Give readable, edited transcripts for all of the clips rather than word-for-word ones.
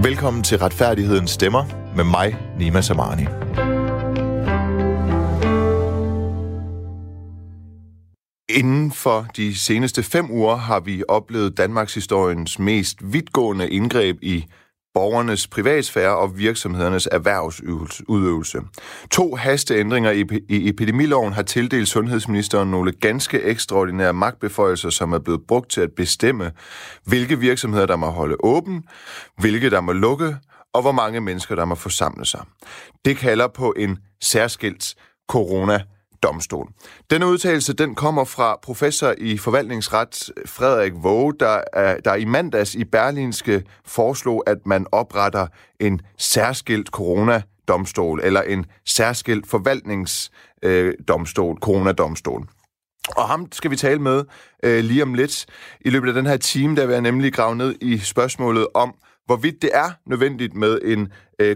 Velkommen til Retfærdighedens Stemmer med mig, Nima Samani. Inden for de seneste 5 uger har vi oplevet Danmarks historiens mest vidtgående indgreb i borgernes privatsfære og virksomhedernes erhvervsudøvelse. 2 hasteændringer i epidemiloven har tildelt sundhedsministeren nogle ganske ekstraordinære magtbeføjelser, som er blevet brugt til at bestemme, hvilke virksomheder, der må holde åben, hvilke der må lukke, og hvor mange mennesker, der må forsamle sig. Det kalder på en særskilt coronadomstol. Denne udtalelse, den kommer fra professor i forvaltningsret Frederik Waage, der i mandags i Berlingske foreslog, at man opretter en særskilt coronadomstol, eller en særskilt forvaltningsdomstol, coronadomstol. Og ham skal vi tale med lige om lidt. I løbet af den her time, der vil jeg nemlig grave ned i spørgsmålet om, hvorvidt det er nødvendigt med en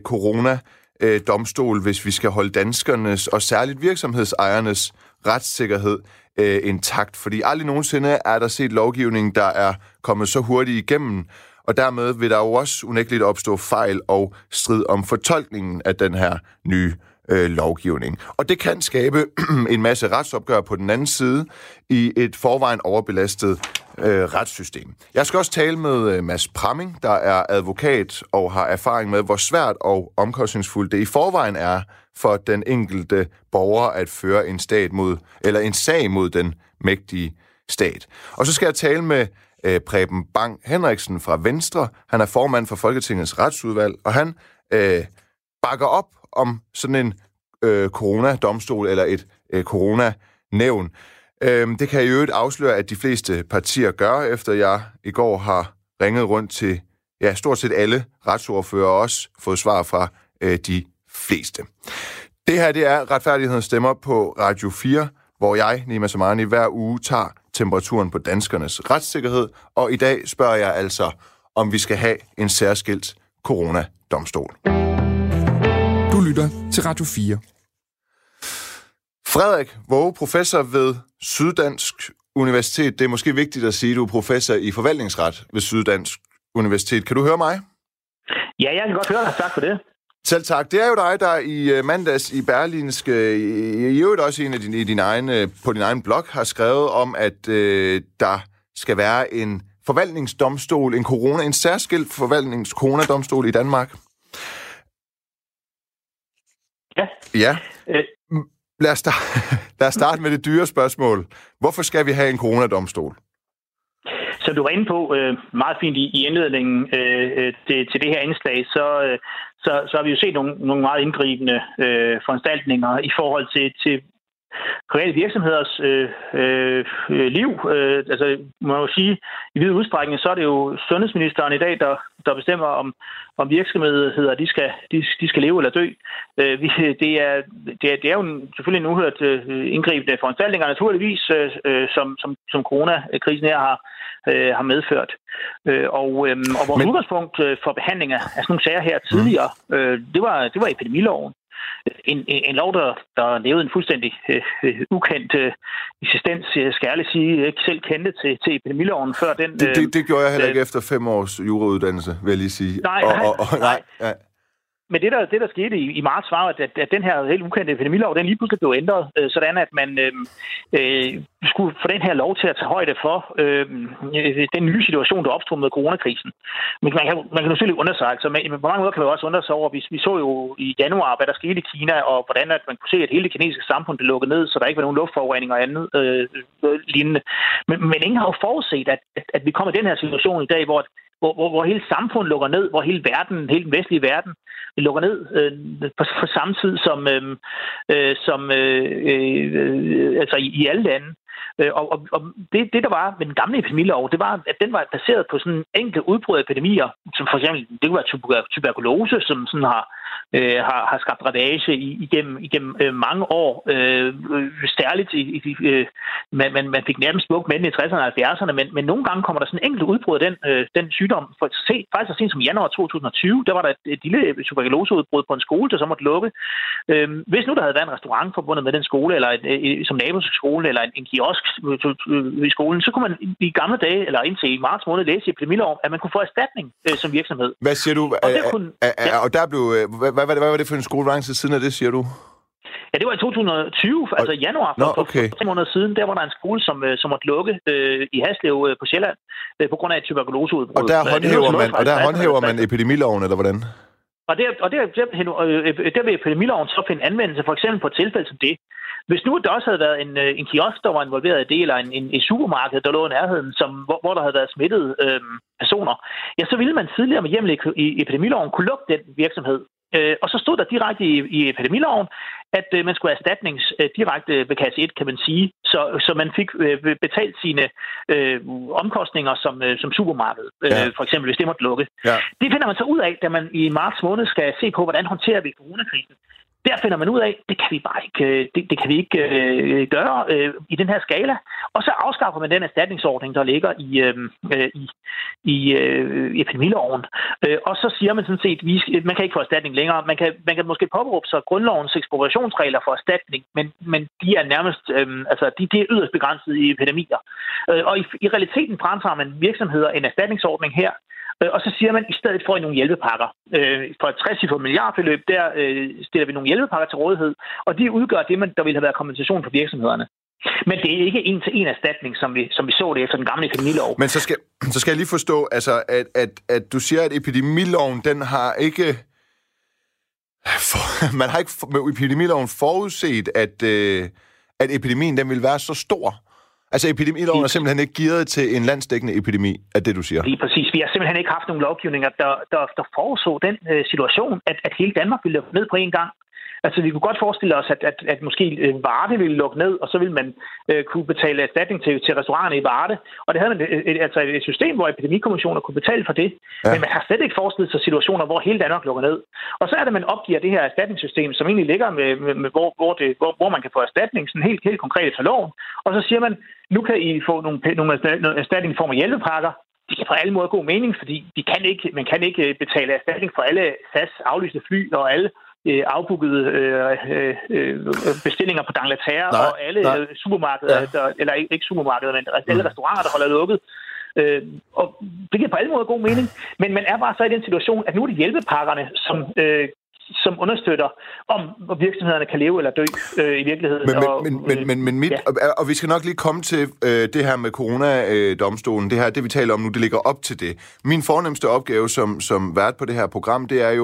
coronadomstol, hvis vi skal holde danskernes og særligt virksomhedsejernes retssikkerhed intakt. Fordi aldrig nogensinde er der set lovgivning, der er kommet så hurtigt igennem, og dermed vil der jo også unægteligt opstå fejl og strid om fortolkningen af den her nye lovgivning. Og det kan skabe en masse retsopgør på den anden side i et forvejen overbelastet retssystem. Jeg skal også tale med Mads Pramming, der er advokat og har erfaring med, hvor svært og omkostningsfuldt det i forvejen er for den enkelte borger at føre en sag mod den mægtige stat. Og så skal jeg tale med Preben Bang Henriksen fra Venstre. Han er formand for Folketingets retsudvalg, og han bakker op om sådan en coronadomstol eller et coronanævn. Det kan jeg i øvrigt afsløre, at de fleste partier gør, efter jeg i går har ringet rundt til stort set alle retsordførere og også fået svar fra de fleste. Det her, det er Retfærdighedens Stemmer på Radio 4, hvor jeg, Nima Samani, hver uge tager temperaturen på danskernes retssikkerhed, og i dag spørger jeg altså, om vi skal have en særskilt coronadomstol. Du lytter til Radio 4. Frederik Waage, professor ved Syddansk Universitet. Det er måske vigtigt at sige, at du er professor i forvaltningsret ved Syddansk Universitet. Kan du høre mig? Ja, jeg kan godt høre dig. Tak for det. Selv tak. Det er jo dig, der i mandags i Berlingske, i øvrigt også på din egen blog, har skrevet om, at der skal være en forvaltningsdomstol, en særskilt coronadomstol i Danmark. Ja. Ja. Lad os starte med det dyre spørgsmål. Hvorfor skal vi have en coronadomstol? Så du var inde på meget fint i indledningen til det her indslag, så har vi jo set nogle meget indgribende foranstaltninger i forhold til private virksomheders liv. Altså, man må sige, i vid udstrækning, så er det jo sundhedsministeren i dag, der bestemmer, om virksomheder de skal leve eller dø. Det er jo selvfølgelig en uhørt indgribende foranstaltninger, naturligvis, som coronakrisen her har medført. Og vores udgangspunkt for behandling af sådan nogle sager her tidligere, det var epidemiloven. En lov, der levede en fuldstændig ukendt eksistens, skal jeg sige, jeg ikke selv kendte til epidemiloven før den. Det gjorde jeg heller ikke efter 5 års jurauddannelse, vil jeg lige sige. Nej. Men det der skete i marts var, at den her helt ukendte epidemilov, den lige pludselig blev ændret, sådan at man skulle få den her lov til at tage højde for den nye situation, der opstod med coronakrisen. Men man kan selvfølgelig undre sig, altså på mange måder kan man også undre sig over, vi så jo i januar, hvad der skete i Kina, og hvordan at man kunne se, at hele det kinesiske samfund blev lukket ned, så der ikke var nogen luftforurening og andet lignende. Men ingen har jo forudset, at vi kommer i den her situation i dag, hvor hele samfundet lukker ned, hvor hele den vestlige verden lukker ned på samme tid altså i alle lande. Og det, der var med den gamle epidemilov, det var, at den var baseret på sådan enkelte udbrud af epidemier, som for eksempel, det kunne være tuberkulose, som sådan har skabt ravage igennem mange år. Særligt man fik nærmest bugt med den i 60'erne og 70'erne, men nogle gange kommer der sådan en enkelt udbrud af den sygdom. Faktisk så sent som januar 2020, der var der et lille tuberkuloseudbrud på en skole, der så måtte lukke. Hvis nu der havde været en restaurant forbundet med den skole, eller som naboskole, eller en kiosk i skolen, så kunne man i gamle dage, eller indtil i marts måned, læse i epidemiloven, at man kunne få erstatning som virksomhed. Hvad siger du? Og der blev... Hvad var det for en skole? Hvor lang tid siden af det, siger du? Ja, det var i 2020, altså januar for 3 måneder siden. Der var der en skole, som måtte lukke i Haslev på Sjælland på grund af et tuberkuloseudbrud. Og der håndhæver man epidemiloven, eller hvordan? Der vil epidemiloven så finde anvendelse, for eksempel på et tilfælde som det. Hvis nu der også havde været en kiosk, der var involveret i det, eller en supermarked, der lå i nærheden, hvor der havde været smittede personer, ja, så ville man tidligere med hjemmel i epidemiloven kunne lukke den virksomhed. Og så stod der direkte i epidemiloven, at man skulle have erstatnings direkte ved kasse 1, kan man sige. Så man fik betalt sine omkostninger som supermarked, for eksempel, hvis det måtte lukke. Ja. Det finder man så ud af, da man i marts måned skal se på, hvordan håndterer vi coronakrisen. Der finder man ud af, det kan vi bare ikke, det kan vi ikke gøre i den her skala. Og så afskaffer man den erstatningsordning, der ligger i epidemiloven. Og så siger man sådan set, man kan ikke få erstatning længere. Man kan måske påberåbe sig grundlovens ekspropriationsregler for erstatning, men de er nærmest, de er yderst begrænset i epidemier. Og i realiteten fratager man virksomheder en erstatningsordning her. Og så siger man, i stedet får I nogle hjælpepakker. For et 60 milliardbeløb, der stiller vi nogle hjælpepakker til rådighed, og de udgør det, der ville have været kompensation for virksomhederne. Men det er ikke en-til-en erstatning, som vi så det efter den gamle epidemilov. Men så skal jeg lige forstå, altså, at du siger, at epidemiloven, den har ikke... Man har ikke med epidemiloven forudset, at epidemien den vil være så stor. Altså epidemiloven er simpelthen ikke gearet til en landsdækkende epidemi, er det, du siger? Lige præcis. Vi har simpelthen ikke haft nogen lovgivninger, der forudså den situation, at hele Danmark ville lukke ned på en gang. Altså, vi kunne godt forestille os, at måske Varde ville lukke ned, og så ville man kunne betale erstatning til restauranterne i Varde. Og det havde man et system, hvor epidemikommissioner kunne betale for det. Ja. Men man har slet ikke forestillet sig situationer, hvor hele Danmark lukker ned. Og så er det, man opgiver det her erstatningssystem, som egentlig ligger med hvor man kan få erstatning, sådan helt konkret efter loven. Og så siger man, nu kan I få nogle erstatning i form af hjælpepakker. Det kan på alle måder god mening, fordi man kan ikke betale erstatning for alle SAS aflyste fly og alle afbookede bestillinger på D'Angleterre og alle supermarkeder, eller ikke supermarkeder, men alle restauranter, der holder lukket. Og det giver på alle måder god mening, men man er bare så i den situation, at nu er det hjælpepakkerne, som understøtter, om virksomhederne kan leve eller dø i virkeligheden. Og vi skal nok lige komme til det her med coronadomstolen. Det vi taler om nu, det ligger op til det. Min fornemste opgave som vært på det her program, det er jo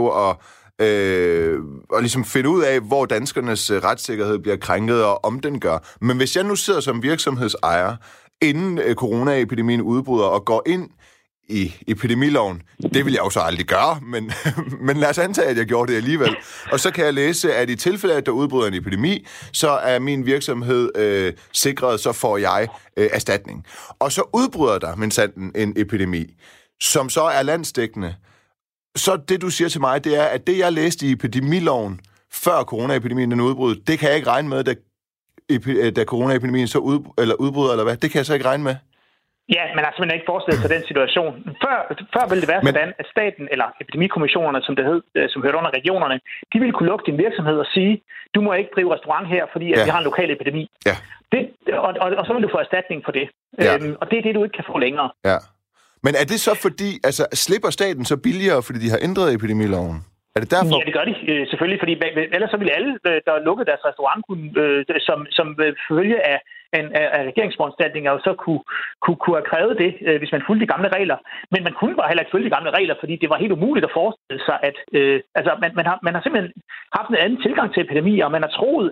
at ligesom finde ud af, hvor danskernes retssikkerhed bliver krænket, og om den gør. Men hvis jeg nu sidder som virksomhedsejer, inden coronaepidemien udbryder, og går ind i epidemiloven, det vil jeg jo så aldrig gøre, men lad os antage, at jeg gjorde det alligevel. Og så kan jeg læse, at i tilfælde, at der udbryder en epidemi, så er min virksomhed sikret, så får jeg erstatning. Og så udbryder der minsandten en epidemi, som så er landsdækkende. Så det, du siger til mig, det er, at det, jeg læste i epidemiloven, før coronaepidemien den udbrød, det kan jeg ikke regne med, da coronaepidemien så udbryder, eller hvad? Det kan jeg så ikke regne med. Ja, man har simpelthen ikke forestillet sig den situation. Før ville det være sådan, at staten, eller epidemikommissionerne, som det hed, som hørte under regionerne, de ville kunne lukke din virksomhed og sige, du må ikke drive restaurant her, fordi vi har en lokal epidemi. Ja. Og så vil du få erstatning for det. Ja. Og det er det, du ikke kan få længere. Ja. Men er det så fordi, slipper staten så billigere, fordi de har ændret epidemiloven? Er det derfor? Ja, det gør de selvfølgelig, fordi ellers så ville alle, der lukkede deres restaurant, som følge af regeringsforanstaltninger og så kunne have krævet det, hvis man fulgte de gamle regler. Men man kunne bare heller ikke følge de gamle regler, fordi det var helt umuligt at forestille sig, at man har simpelthen haft en anden tilgang til epidemier, og man har troet,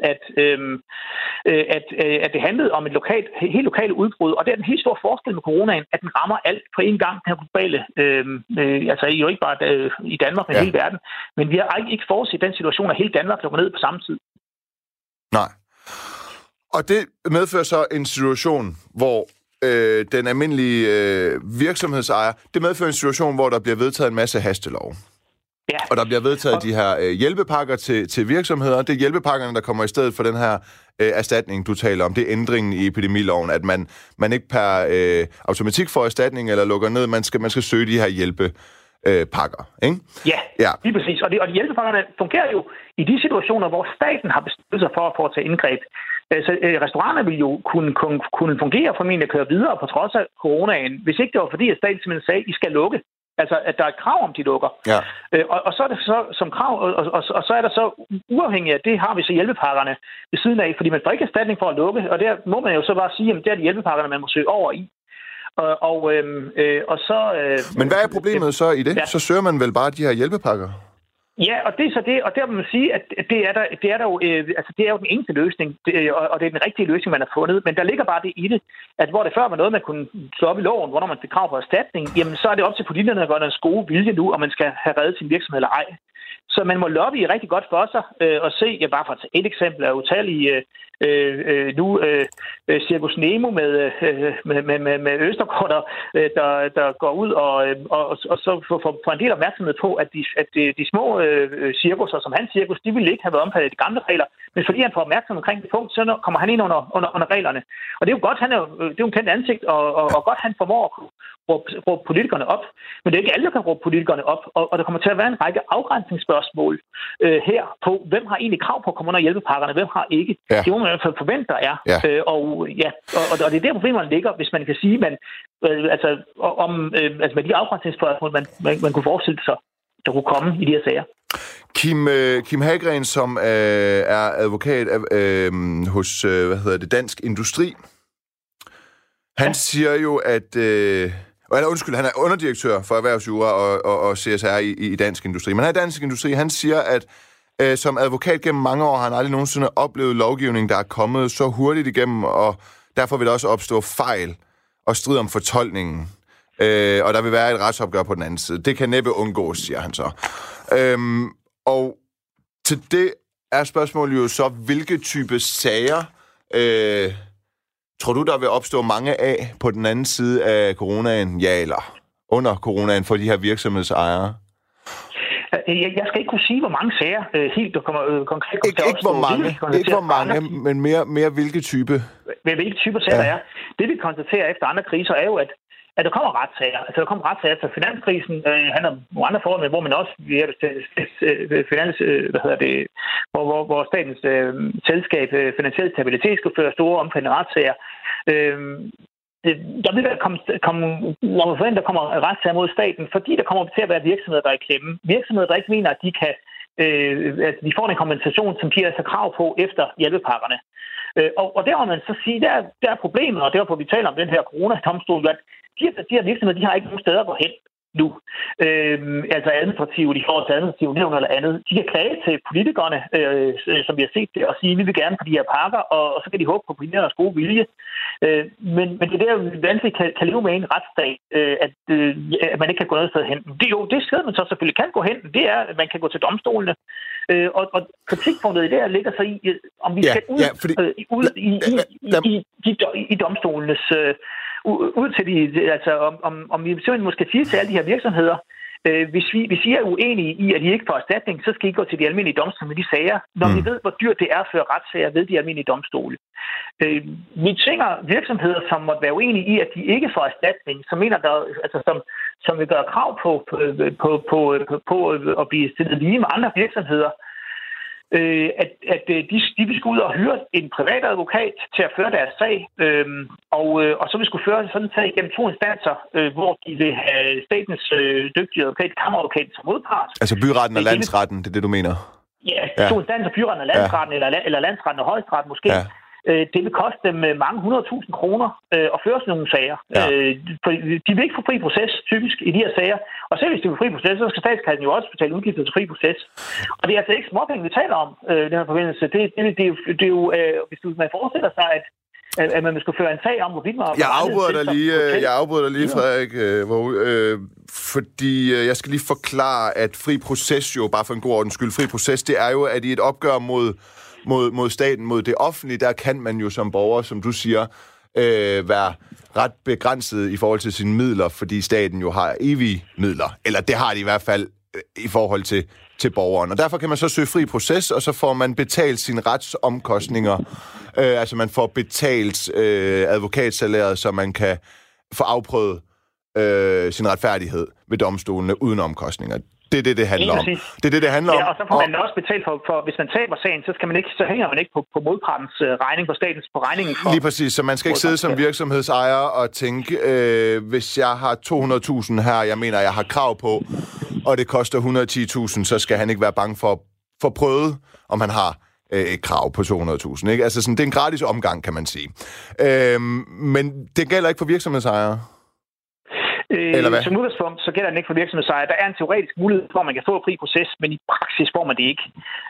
at det handlede om et helt lokalt udbrud. Og det er den helt store forskel med coronaen, at den rammer alt på en gang, den her globale, jo ikke bare i Danmark, men hele verden. Men vi har ikke forudset den situation, at hele Danmark lukker ned på samme tid. Nej. Og det medfører så en situation, hvor den almindelige virksomhedsejer, det medfører en situation, hvor der bliver vedtaget en masse hastelov. Ja. Og der bliver vedtaget de her hjælpepakker til virksomheder. Det er hjælpepakkerne, der kommer i stedet for den her erstatning, du taler om. Det er ændringen i epidemiloven, at man ikke per automatik får erstatning eller lukker ned. Man skal søge de her hjælpepakker, ikke? Ja, lige præcis. Og de hjælpepakkerne fungerer jo i de situationer, hvor staten har besluttet sig for at foretage indgreb. Så restauranter vil jo kunne fungere og formentlig køre videre på trods af coronaen, hvis ikke det var fordi, at staten simpelthen sagde, at I skal lukke. Altså, at der er et krav om, de lukker. Ja. Og så er det så som krav, og så er der så uafhængigt af det, har vi så hjælpepakkerne ved siden af, fordi man får ikke erstatning for at lukke, og der må man jo så bare sige, at det er de hjælpepakkerne, man må søge over i. Og så... Men hvad er problemet så i det? Ja. Så søger man vel bare de her hjælpepakker? Ja, og det er så det, og der må man sige, at det er jo den eneste løsning, og det er den rigtige løsning, man har fundet. Men der ligger bare det i det, at hvor det før var noget, man kunne slå op i loven, hvornår man fik krav på erstatning, jamen så er det op til politikerne at gøre den gode vilje nu, om man skal have reddet sin virksomhed eller ej. Så man må lobbye rigtig godt for sig og se, bare for at tage et eksempel, er utallige Cirkus Nemo med Østergaard, der går ud og så får en del opmærksomhed på, at de små cirkusser, som hans cirkus, de ville ikke have været omfattet af de gamle regler, men fordi han får opmærksomhed omkring det punkt, så kommer han ind under reglerne. Og det er jo godt, det er jo en kendt ansigt, og godt han formår at råbe politikerne op. Men det er ikke alle, der kan råbe politikerne op, og der kommer til at være en række afgrænsningsspørgsmål her på, hvem har egentlig krav på at komme under hjælpepakkerne, hvem har ikke. Ja. Det må man i hvert fald forvente, der er. Ja. Og det er der problemerne ligger, hvis man kan sige, med de afgrænsningsspørgsmål, man kunne forestille sig, der kunne komme i de her sager. Kim Hagren, som er advokat hos Dansk Industri, han siger jo, at... han er underdirektør for erhvervsjura og CSR i Dansk Industri. Men her i Dansk Industri, han siger, at som advokat gennem mange år har han aldrig nogensinde oplevet lovgivning, der er kommet så hurtigt igennem, og derfor vil der også opstå fejl og strid om fortolkningen. Og der vil være et retsopgør på den anden side. Det kan næppe undgås, siger han så. Og til det er spørgsmålet jo så, hvilke type sager tror du, der vil opstå mange af på den anden side af coronaen, ja, eller under coronaen for de her virksomhedsejere? Jeg skal ikke kunne sige, hvor mange sager helt konkret kommer til at opstå. Ikke hvor mange, men mere hvilke type? Hvilke typer sager der er. Det vi konstaterer efter andre kriser er jo, at der kommer retssager. Altså der kommer retssager til finanskrisen. Handler om nogle andre forhold, hvor man også hvor statens selskab Finansiel Stabilitet skal føre store omfattende retssager. Der vil når man forventer, der kommer retssager mod staten, fordi der kommer til at være virksomheder, der er i klemme. Virksomheder, der ikke mener, at de kan at de får en kompensation, som giver sig krav på efter hjælpepakkerne. Og der må man så sige, der er problemet, og derfor vi taler om den her coronadomstol, at de her virksomheder, de har ikke nogen steder at gå hen nu. Altså administrativt, i forhold til administrativt nævn eller andet. De kan klage til politikerne, som vi har set det, og sige, at vi vil gerne på de her pakker, og så kan de håbe på politikernes gode vilje. Men det der vanskeligt kan leve med en retsstat, at man ikke kan gå noget sted hen. Det sted, man så selvfølgelig kan gå hen, det er, at man kan gå til domstolene. Og kritikpunktet i det her ligger så i, om vi skal ud i domstolenes... ud til de, altså om vi simpelthen måske sige til alle de her virksomheder, hvis I er uenige i, at I ikke får erstatning, så skal I gå til de almindelige domstole med de sager, når vi ved, hvor dyrt det er at føre retssager ved de almindelige domstole. Vi tvinger virksomheder, som måtte være uenige i, at de ikke får erstatning, som mener der, altså som vil gøre krav på at blive stillet lige med andre virksomheder, at de vil skulle ud og hyre en privat advokat til at føre deres sag, og så vil skulle føre sådan en sag gennem 2 instanser, hvor de vil have statens dygtige advokat, kammeradvokat som modpart. Altså byretten og landsretten, det er det, du mener? Ja, 2 instanser, byretten og landsretten, eller landsretten og højesteret måske. Ja. Det vil koste dem mange 100.000 kroner at føre sådan nogle sager. Ja. De vil ikke få fri proces, typisk, i de her sager. Og selv hvis de vil fri proces, så skal statskassen jo også betale udgifter til fri proces. Og det er altså ikke småpenge, vi taler om, den her forbindelse. Det er jo, hvis man forestiller sig, at man skulle føre en sag om, hvorvidt man... Jeg afbryder dig lige, Frederik, fordi jeg skal lige forklare, at fri proces jo, bare for en god ordens skyld, fri proces, det er jo, at i et opgør mod staten, mod det offentlige, der kan man jo som borger, som du siger, være ret begrænset i forhold til sine midler, fordi staten jo har evige midler. Eller det har de i hvert fald i forhold til borgeren. Og derfor kan man så søge fri proces, og så får man betalt sine retsomkostninger. Altså man får betalt advokatsalæret, så man kan få afprøvet sin retfærdighed ved domstolene uden omkostninger. Det er det handler om. Det er det handler om. Ja, og så får man også betalt for hvis man taber sagen, så hænger man ikke på modpartens regning, på statens på regningen for. Lige præcis, så man skal ikke sidde som virksomhedsejer og tænke, hvis jeg har 200.000 her, jeg mener, jeg har krav på, og det koster 110.000, så skal han ikke være bange for prøvet, om han har et krav på 200.000. Ikke? Altså sådan, det er en gratis omgang, kan man sige. Men det gælder ikke for virksomhedsejere. Som udgangspunkt, så gælder den ikke for virksomhedsejere. Der er en teoretisk mulighed for, at man kan få fri proces, men i praksis får man det ikke.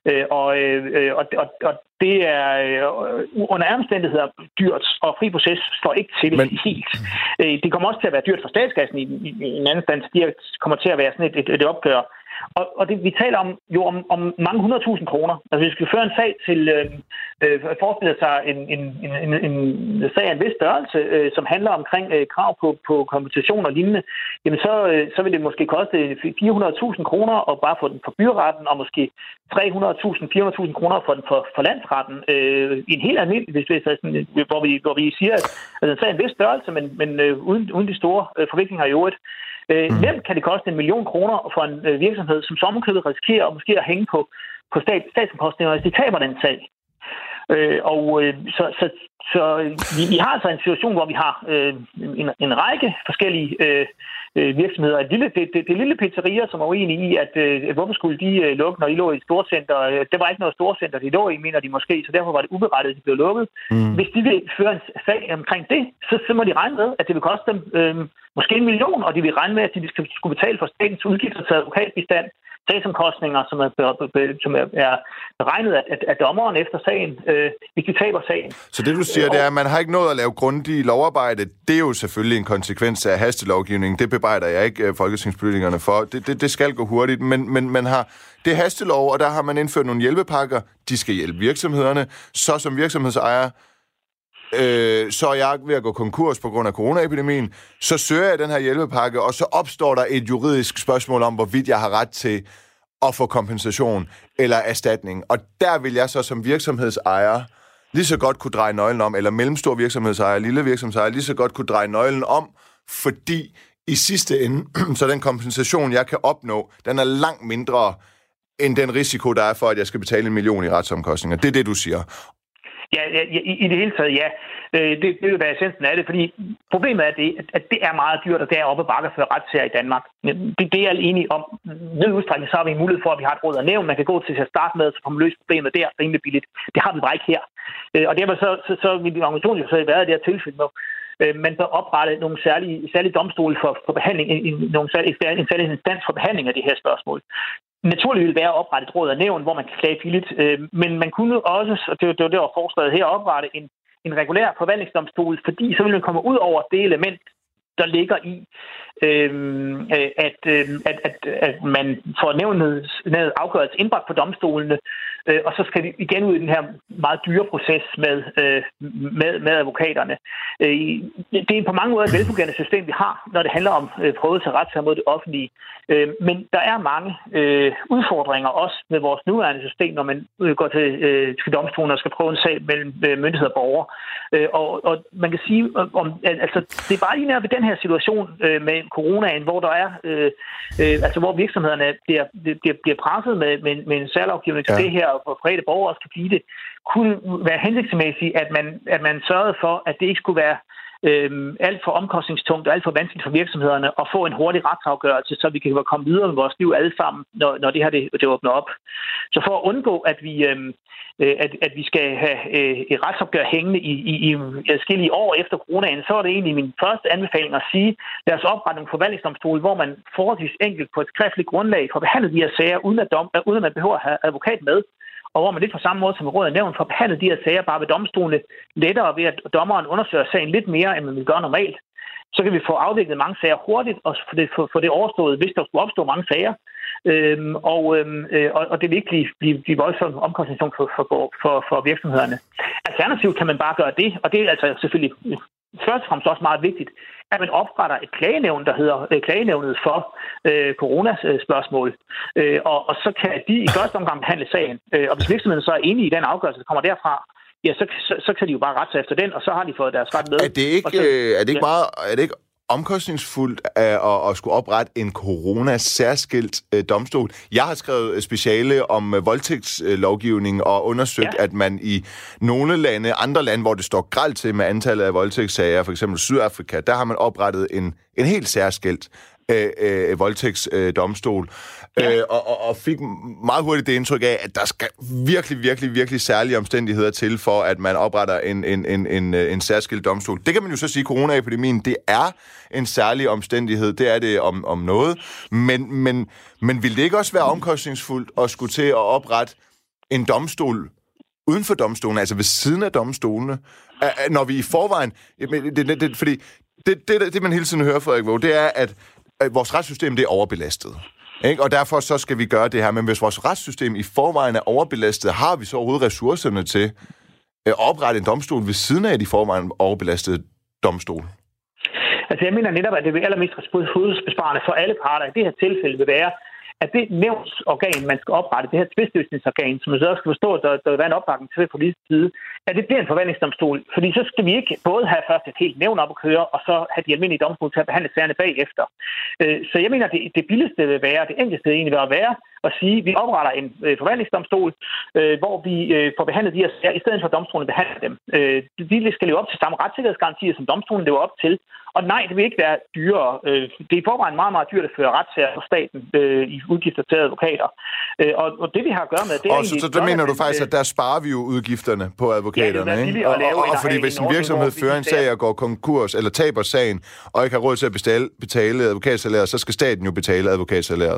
Og det er under omstændigheder dyrt, og fri proces står ikke til helt. Det kommer også til at være dyrt for statskassen i en anden stand. Det kommer til at være sådan et opgør. Og det, vi taler om mange 100.000 kroner. Altså hvis vi skal føre en sag til forestiller sig en sag af en vis størrelse, som handler omkring krav på kompensation og lignende, jamen så vil det måske koste 400.000 kroner og bare få den for byretten, og måske 300.000, 400.000 kroner for landsretten. I en helt almindelig, hvor vi siger, at en sag af en vis størrelse, men uden de store forviklinger i øvrigt. Hvem kan det koste 1 million kroner for en virksomhed, som sommerkøbet risikerer måske at hænge på statsomkostninger, hvis de taber den sag? Så vi har altså en situation, hvor vi har en række forskellige virksomheder. Det lille pizzeria, som er uenige i, at hvorfor skulle de lukke, når de lå i et storcenter? Det var ikke noget storcenter, de lå i, mener de måske, så derfor var det uberettiget, at de blev lukket. Hvis de vil føre en sag omkring det, så må de regne med, at det vil koste dem måske 1 million, og de vil regne med, at de skulle betale for statens udgifter til advokatbistand, sagsomkostninger, som er beregnet af dommeren efter sagen, hvis de taber sagen. Så det, du siger, det er, at man har ikke nået at lave grundigt lovarbejde. Det er jo selvfølgelig en konsekvens af hastelovgivningen. Det bebrejder jeg ikke folketingspolitikerne for. Det skal gå hurtigt, men man har det hastelov, og der har man indført nogle hjælpepakker. De skal hjælpe virksomhederne. Så som virksomhedsejer, så er jeg ved at gå konkurs på grund af coronaepidemien, så søger jeg den her hjælpepakke, og så opstår der et juridisk spørgsmål om, hvorvidt jeg har ret til at få kompensation eller erstatning. Og der vil jeg så som virksomhedsejer lige så godt kunne dreje nøglen om, eller mellemstor virksomhedsejer, lille virksomhedsejer, lige så godt kunne dreje nøglen om, fordi i sidste ende, så den kompensation, jeg kan opnå, den er langt mindre end den risiko, der er for, at jeg skal betale 1 million i retsomkostninger. Det er det, du siger. Ja, i det hele taget, ja. Det vil være essensen af det, fordi problemet er det, at det er meget dyrt, og det er oppe bakker for retssager i Danmark. Det er alle enige om. Ved udstrækning, så har vi en mulighed for, at vi har et råd og nævn. Man kan gå til at starte med, så får man løst problemet der rimelig billigt. Det har vi bare ikke her. Og derfor så vil organisationen jo så være i det her tilfælde med. Man bør oprette nogle særlige domstole for behandling, en særlig instans for behandling af det her spørgsmål. Naturligt vil være at oprette et råd af nævn, hvor man kan klage billigt, men man kunne også, og det var det, der var forslaget her, oprette en regulær forvaltningsdomstol, fordi så vil man komme ud over det element, der ligger i, at man får nævnet afgørelse indbragt på domstolene, og så skal vi igen ud i den her meget dyre proces med advokaterne. Det er på mange måder et velfungerende system, vi har, når det handler om prøvet til retssager mod det offentlige. Men der er mange udfordringer også med vores nuværende system, når man går til domstolen og skal prøve en sag mellem myndigheder og borgere. Og man kan sige, altså det er bare lige nær ved den her situation med coronaen, hvor der er, hvor virksomhederne bliver presset med en særlovgivning til det her, og hvor private borgere også kan blive det, kunne være hensigtsmæssigt, at man sørgede for, at det ikke skulle være alt for omkostningstungt og alt for vanskeligt for virksomhederne at få en hurtig retsafgørelse, så vi kan komme videre med vores liv alle sammen, når det her det åbner op. Så for at undgå, at vi skal have et retsopgør hængende i adskillige år efter coronaen, så er det egentlig min første anbefaling at sige, lad os oprette nogle forvaltningsdomstole, hvor man forholdsvis enkelt på et skriftligt grundlag får behandlet de her sager, uden at man behøver at have advokat med, og hvor man lidt på samme måde som råd af nævn får behandlet de her sager bare ved domstolene lettere ved, at dommeren undersøger sagen lidt mere, end man vil gøre normalt. Så kan vi få afviklet mange sager hurtigt, og få det overstået, hvis der skulle opstå mange sager. Og det vil ikke blive voldsomt omkostningstungt for virksomhederne. Alternativt kan man bare gøre det, og det er altså selvfølgelig først og fremmest også meget vigtigt, at man opretter et klagenævn, der hedder Klagenævnet for coronaspørgsmål. Og så kan de i første omgang behandle sagen. Og hvis virksomheden så er enige i den afgørelse, der kommer derfra, ja, så kan de jo bare rette sig efter den, og så har de fået deres ret med. Er det ikke omkostningsfuldt at skulle oprette en corona-særskilt domstol? Jeg har skrevet speciale om voldtægtslovgivning og undersøgt, at man i nogle lande, andre lande, hvor det står grelt til med antallet af voldtægtssager, for eksempel Sydafrika, der har man oprettet en helt særskilt voldtægtsdomstol, og fik meget hurtigt det indtryk af, at der skal virkelig særlige omstændigheder til, for at man opretter en særskilt domstol. Det kan man jo så sige, coronaepidemien, det er en særlig omstændighed, det er det om noget, men vil det ikke også være omkostningsfuldt at skulle til at oprette en domstol uden for domstolen, altså ved siden af domstolene, når vi i forvejen, fordi det man hele tiden hører, Frederik Waage, det er, at vores retssystem, det er overbelastet. Ikke? Og derfor så skal vi gøre det her. Men hvis vores retssystem i forvejen er overbelastet, har vi så overhovedet ressourcerne til at oprette en domstol ved siden af de forvejen overbelastede domstol? Altså jeg mener netop, at det vil allermest ressourcebesparende for alle parter i det her tilfælde vil være, at det nævnsorgan, man skal oprette, det her tvistløsningsorgan, som man så også skal forstå, der vil være en opbakning til fra politisk side, at det bliver en forvaltningsdomstol. Fordi så skal vi ikke både have først et helt nævn op at køre, og så have de almindelige domstole til at behandle sagerne bagefter. Så jeg mener, at det billigste vil være, det enkleste egentlig vil være at sige, at vi opretter en forvaltningsdomstol, hvor vi får behandlet de her sager, i stedet for at domstolen behandler dem. De skal leve op til samme retssikkerhedsgarantier, som domstolen lever op til. Og nej, det vil ikke være dyrere. Det er i forvejen meget, meget dyrt at føre retssager for staten i udgifter til advokater. Og det vi har at gøre med, det er egentlig... Så der mener du faktisk, at der sparer vi jo udgifterne på advokaterne, ikke? Og fordi hvis en virksomhed fører en sag og går konkurs, eller taber sagen, og ikke har råd til at betale advokatsalæret, så skal staten jo betale advokatsalæret.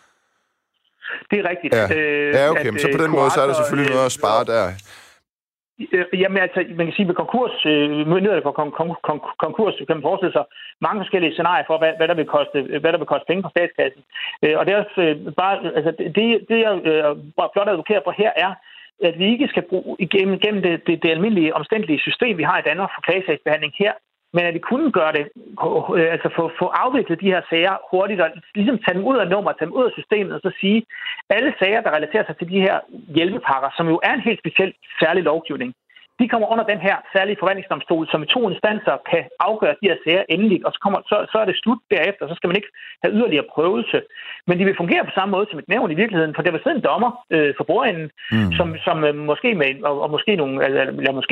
Det er rigtigt. Ja, okay, men så på den måde, så er der selvfølgelig noget at spare der. Jamen altså, man kan sige, med konkurs, myndigheder for konkurs, kan man forestille sig mange forskellige scenarier for, hvad der vil koste penge for statskassen. Og det er også bare, altså det jeg blot advokerer for her er, at vi ikke skal bruge igennem det almindelige omstændelige system, vi har i Danmark for klagesagsbehandling her, men at vi kunne gøre det, altså få afviklet de her sager hurtigt, og ligesom tage dem ud af nummer, tage dem ud af systemet, og så sige, alle sager, der relaterer sig til de her hjælpepakker, som jo er en helt speciel særlig lovgivning, de kommer under den her særlige forvaltningsdomstol, som i 2 instanser kan afgøre de her sager endeligt, og så er det slut derefter, så skal man ikke have yderligere prøvelse. Men de vil fungere på samme måde som et nævn i virkeligheden, for der vil sidde en dommer for bordenden, som måske med, og måske nogle, eller måske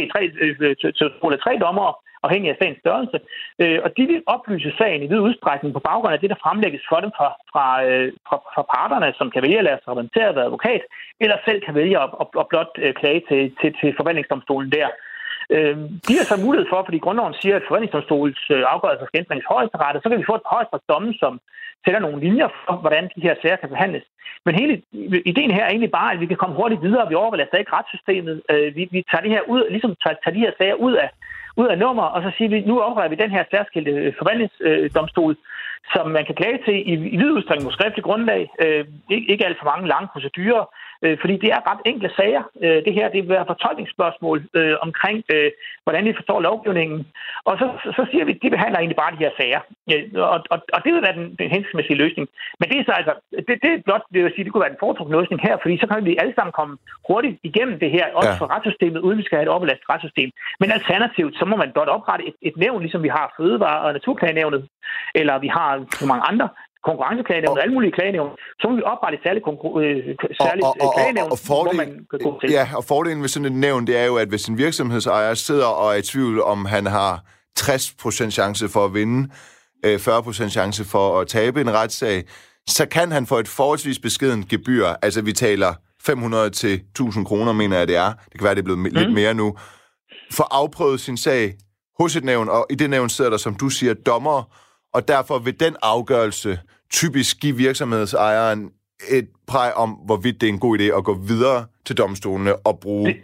3 dommere, afhængig af sagens størrelse, og de vil oplyse sagen i vid udstrækning på baggrund af det, der fremlægges for dem fra parterne, som kan vælge at lade sig repræsentere ved advokat, eller selv kan vælge at blot klage til forvaltningsdomstolen der. De har så mulighed for, fordi grundloven siger, at forvaltningsdomstolens afgørelser skal indbringes højesteret, så kan vi få et højesteretsdomme, som sætter nogle linjer for, hvordan de her sager kan behandles. Men hele ideen her er egentlig bare, at vi kan komme hurtigt videre, vi overbelaster ikke retssystemet, vi tager det her ud, ligesom tager de her sager ud af nummer, og så siger vi, nu opretter vi den her særskilte forvaltningsdomstol, som man kan klage til i vid udstrækning på skriftligt grundlag. Ikke alt for mange lange procedurer, fordi det er ret enkle sager. Det her, det vil være fortolkningsspørgsmål omkring, hvordan vi forstår lovgivningen. Og så siger vi, at de behandler egentlig bare de her sager. Og det vil være den hensigtsmæssige løsning. Men det er så altså, det er blot, det vil sige, det kunne være den foretrukne løsning her, fordi så kan vi alle sammen komme hurtigt igennem det her, også for retssystemet, uden vi skal have et overbelastet retssystem. Men alternativt, så må man blot oprette et nævn, ligesom vi har Fødevare- og Naturklagenævnet, eller vi har så mange andre konkurrenceklagenævn og alle mulige klagenævn, så må vi oprette et særligt klagenævn, hvor man kan gå til. Ja, og fordelen ved sådan et nævn, det er jo, at hvis en virksomhedsejer sidder og er i tvivl, om han har 60% chance for at vinde, 40% chance for at tabe en retssag, så kan han få et forholdsvis beskedent gebyr. Altså, vi taler 500 til 1000 kroner, mener jeg, det er. Det kan være, det er blevet lidt mere nu. For afprøvet sin sag hos et nævn, og i det nævn sidder der, som du siger, dommer, og derfor vil den afgørelse typisk give virksomhedsejeren et præg om, hvorvidt det er en god idé at gå videre til domstolene og bruge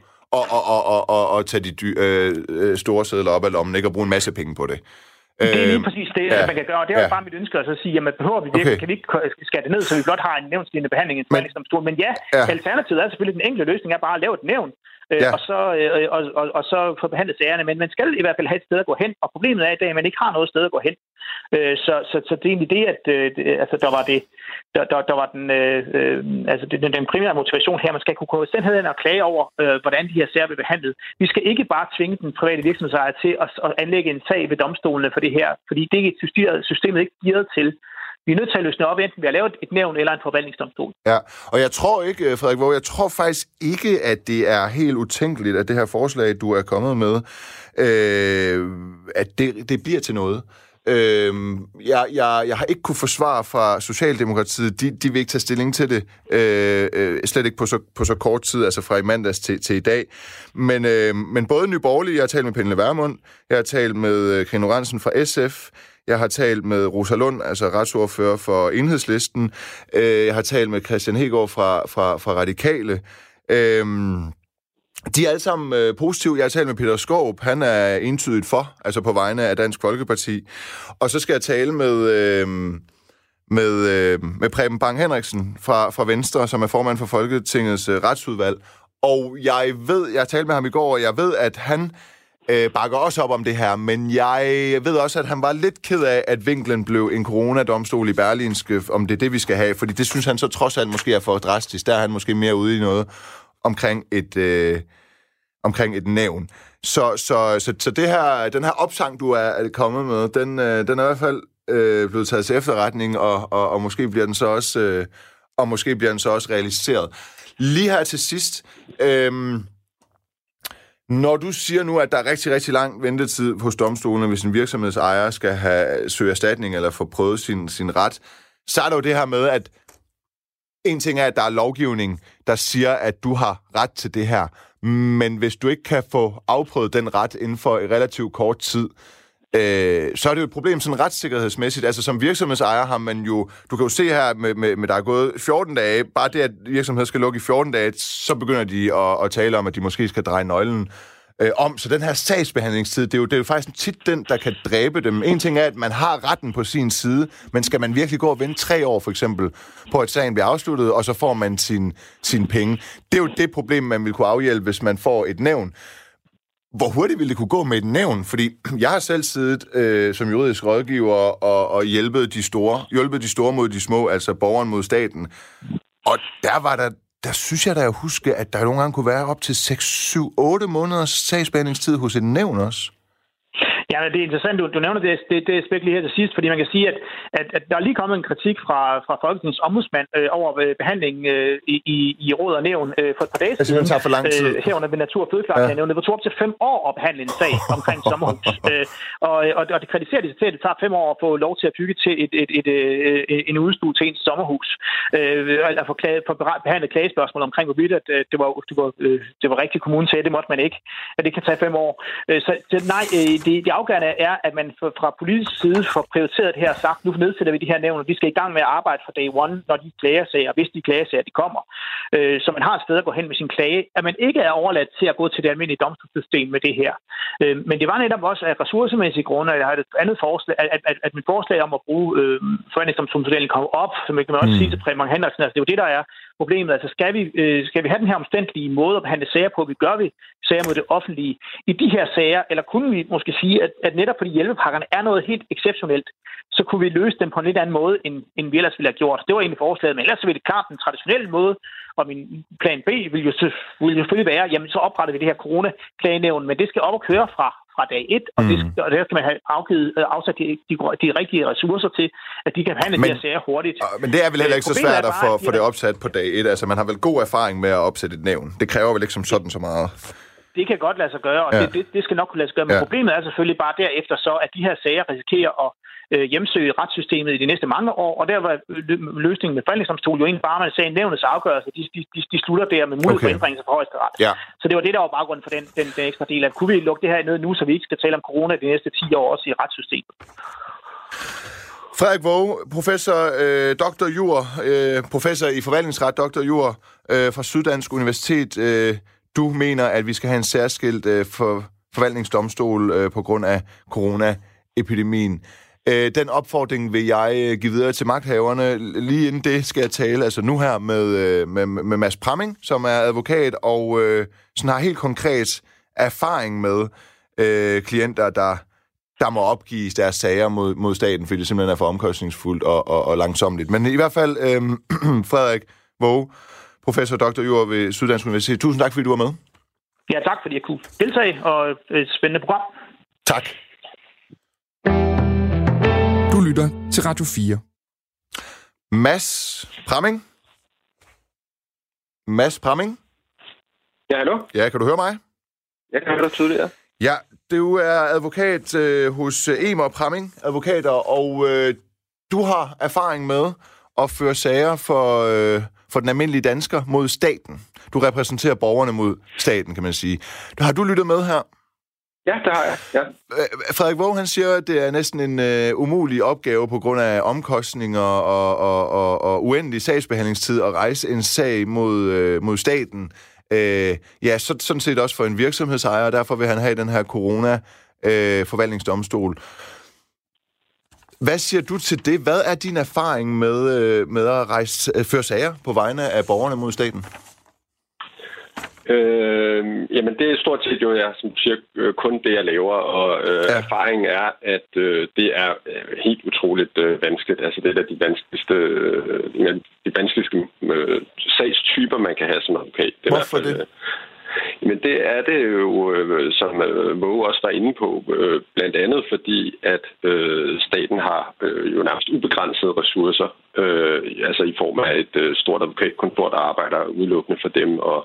og tage de store sedler op af lommen, ikke, og bruge en masse penge på det. Det er lige præcis det, man kan gøre, og det er bare mit ønske at sige, jamen behøver vi virkelig, kan vi ikke skære det ned, så vi blot har en nævnslignende behandling i en forvaltningsdomstol. Men alternativet er selvfølgelig, den enkle løsning er bare at lave et nævn, og så få behandlet sagerne. Men man skal i hvert fald have et sted at gå hen, og problemet er i dag, at man ikke har noget sted at gå hen. Så det er egentlig det, at der var den primære motivation her. Man skal kunne gå i hen og klage over, hvordan de her sager bliver behandlet. Vi skal ikke bare tvinge den private virksomhedsejer til at anlægge en sag ved domstolene for det her, fordi det er systemet ikke gearet til. Vi er nødt til at løsne op, enten ved at lave et nævn eller en forvaltningsdomstol. Ja, og jeg tror ikke, Frederik Waage, jeg tror faktisk ikke, at det er helt utænkeligt, at det her forslag, du er kommet med, at det bliver til noget. Jeg har ikke kunne forsvare fra Socialdemokratiet, de vil ikke tage stilling til det, slet ikke på så kort tid, altså fra i mandags til i dag. Men både Nye Borgerlige, jeg har talt med Pernille Vermund, jeg har talt med Karina Lorentzen fra SF, jeg har talt med Rosa Lund, altså retsordfører for Enhedslisten, jeg har talt med Christian Hegaard fra Radikale. De er alle sammen positive. Jeg har talt med Peter Skaarup, han er entydigt for, altså på vegne af Dansk Folkeparti. Og så skal jeg tale med Preben Bang Henriksen fra Venstre, som er formand for Folketingets retsudvalg. Og jeg har talt med ham i går, og jeg ved, at han bakker også op om det her, men jeg ved også, at han var lidt ked af, at vinklen blev en coronadomstol i Berlingske, om det er det, vi skal have, fordi det synes han så trods alt måske er for drastisk. Der er han måske mere ude i noget omkring et nævn. Så det her, den her opsang, du er kommet med, den er i hvert fald blevet taget til efterretning, og måske bliver den så også realiseret. Lige her til sidst, når du siger nu, at der er rigtig, rigtig lang ventetid hos domstolene, hvis en virksomhedsejer skal søge erstatning eller få prøvet sin ret, så er der jo det her med, at en ting er, at der er lovgivning, der siger, at du har ret til det her, men hvis du ikke kan få afprøvet den ret inden for et relativt kort tid, så er det jo et problem sådan retssikkerhedsmæssigt. Altså som virksomhedsejer har man jo, du kan jo se her, med der er gået 14 dage, bare det, at virksomheder skal lukke i 14 dage, så begynder de at tale om, at de måske skal dreje nøglen om. Så den her sagsbehandlingstid, det er jo faktisk tit den, der kan dræbe dem. En ting er, at man har retten på sin side, men skal man virkelig gå og vente 3 år, for eksempel, på at sagen bliver afsluttet, og så får man sine penge. Det er jo det problem, man vil kunne afhjælpe, hvis man får et nævn. Hvor hurtigt ville det kunne gå med et nævn? Fordi jeg har selv siddet som juridisk rådgiver og hjulpet de store mod de små, altså borgeren mod staten. Og der synes jeg da at huske, at der nogle gange kunne være op til 6, 7, 8 måneders sagsbehandlingstid hos et nævn også. Ja, det er interessant, du nævner det aspekt lige her til sidst, fordi man kan sige, at der er lige kommet en kritik fra Folketingets ombudsmand over behandlingen i råd og nævn for et par dage siden. Det tager for lang tid. Herunder ved Natur- og Fødevareklagenævnet. Det tog op til 5 år at behandle en sag omkring sommerhus. Og det kritiserer de til, at det tager 5 år at få lov til at bygge til en udstue til ens sommerhus. Eller få behandlet klagespørgsmål omkring, hvorvidt det var rigtig kommunen til, det måtte man ikke. At det kan tage 5 år. Så nej, det afgørende er, at man fra politisk side får prioriteret det her og sagt, nu nedsætter vi de her nævn, og de skal i gang med at arbejde fra day one, når de klagesager, hvis de klagesager, de kommer. Så man har et sted at gå hen med sin klage, at man ikke er overladt til at gå til det almindelige domstolssystem med det her. Men det var netop også af ressourcemæssige grunde, at jeg har et andet forslag, at mit forslag om at bruge forvaltningsdomstolsmodellen kommer op, som jeg kan også sige til Preben Bang Henriksen, altså det er jo det, der er problemet. Altså skal vi have den her omstændelige måde at behandle sager på? Gør vi sager mod det offentlige i de her sager, eller kunne vi måske sige, at netop fordi hjælpepakkerne er noget helt exceptionelt, så kunne vi løse dem på en lidt anden måde, end vi ellers ville have gjort. Det var egentlig forslaget, men ellers ville det klart den traditionelle måde, og min plan B vil jo selvfølgelig være, jamen så opretter vi det her coronaklagenævn, men det skal op og køre fra dag 1, og det skal man have afsat de rigtige ressourcer til, at de kan behandle de her sager hurtigt. Men det er vel heller ikke så svært at få det opsat på dag 1. Altså man har vel god erfaring med at opsætte et nævn. Det kræver vel ikke som sådan så meget. Det kan godt lade sig gøre, og det skal nok kunne lade sig gøre. Men problemet er selvfølgelig bare derefter så, at de her sager risikerer at hjemsøge retssystemet i de næste mange år, og der var løsningen med forvaltningsdomstol jo egentlig bare, man sagde, nævnets afgørelse, de slutter der med mulighed for indbringelse for højesteret. Ja. Så det var det, der var baggrunden for den ekstra del. At kunne vi lukke det her ned nu, så vi ikke skal tale om corona de næste 10 år også i retssystemet? Frederik Waage, professor, Dr. Jur, professor i forvaltningsret, Dr. Jur fra Syddansk Universitet. Du mener, at vi skal have en særskilt forvaltningsdomstol på grund af coronaepidemien. Den opfordring vil jeg give videre til magthaverne. Lige inden det skal jeg tale altså nu her med Mads Pramming, som er advokat, og sådan har helt konkret erfaring med klienter, der må opgive deres sager mod staten, fordi det simpelthen er for omkostningsfuldt og langsomligt. Men i hvert fald, Frederik Waage, professor og doktor jur ved Syddansk Universitet. Tusind tak, fordi du var med. Ja, tak, fordi jeg kunne deltage, og et spændende program. Tak. Du lytter til Radio 4. Mads Pramming? Mads Pramming? Ja, hallo? Ja, kan du høre mig? Jeg kan høre dig tydeligt, ja. Ja, du er advokat hos Emer Pramming Advokater, og du har erfaring med at føre sager for den almindelige dansker mod staten. Du repræsenterer borgerne mod staten, kan man sige. Har du lyttet med her? Ja, det har jeg, ja. Frederik Waage, han siger, at det er næsten en umulig opgave på grund af omkostninger og uendelig sagsbehandlingstid at rejse en sag mod staten. Sådan set også for en virksomhedsejer, og derfor vil han have den her corona-forvaltningsdomstol. Hvad siger du til det? Hvad er din erfaring med at føre sager på vegne af borgerne mod staten? Jamen, det er stort set jo, som du siger, kun det, jeg laver, og erfaringen er, at det er helt utroligt vanskeligt. Altså, det er de vanskeligste sagstyper, man kan have som advokat. Hvorfor det? Men det er det jo, som Waage også var inde på, blandt andet fordi, at staten har jo nærmest ubegrænsede ressourcer, altså i form af et stort advokatkontor, der arbejder udelukkende for dem, og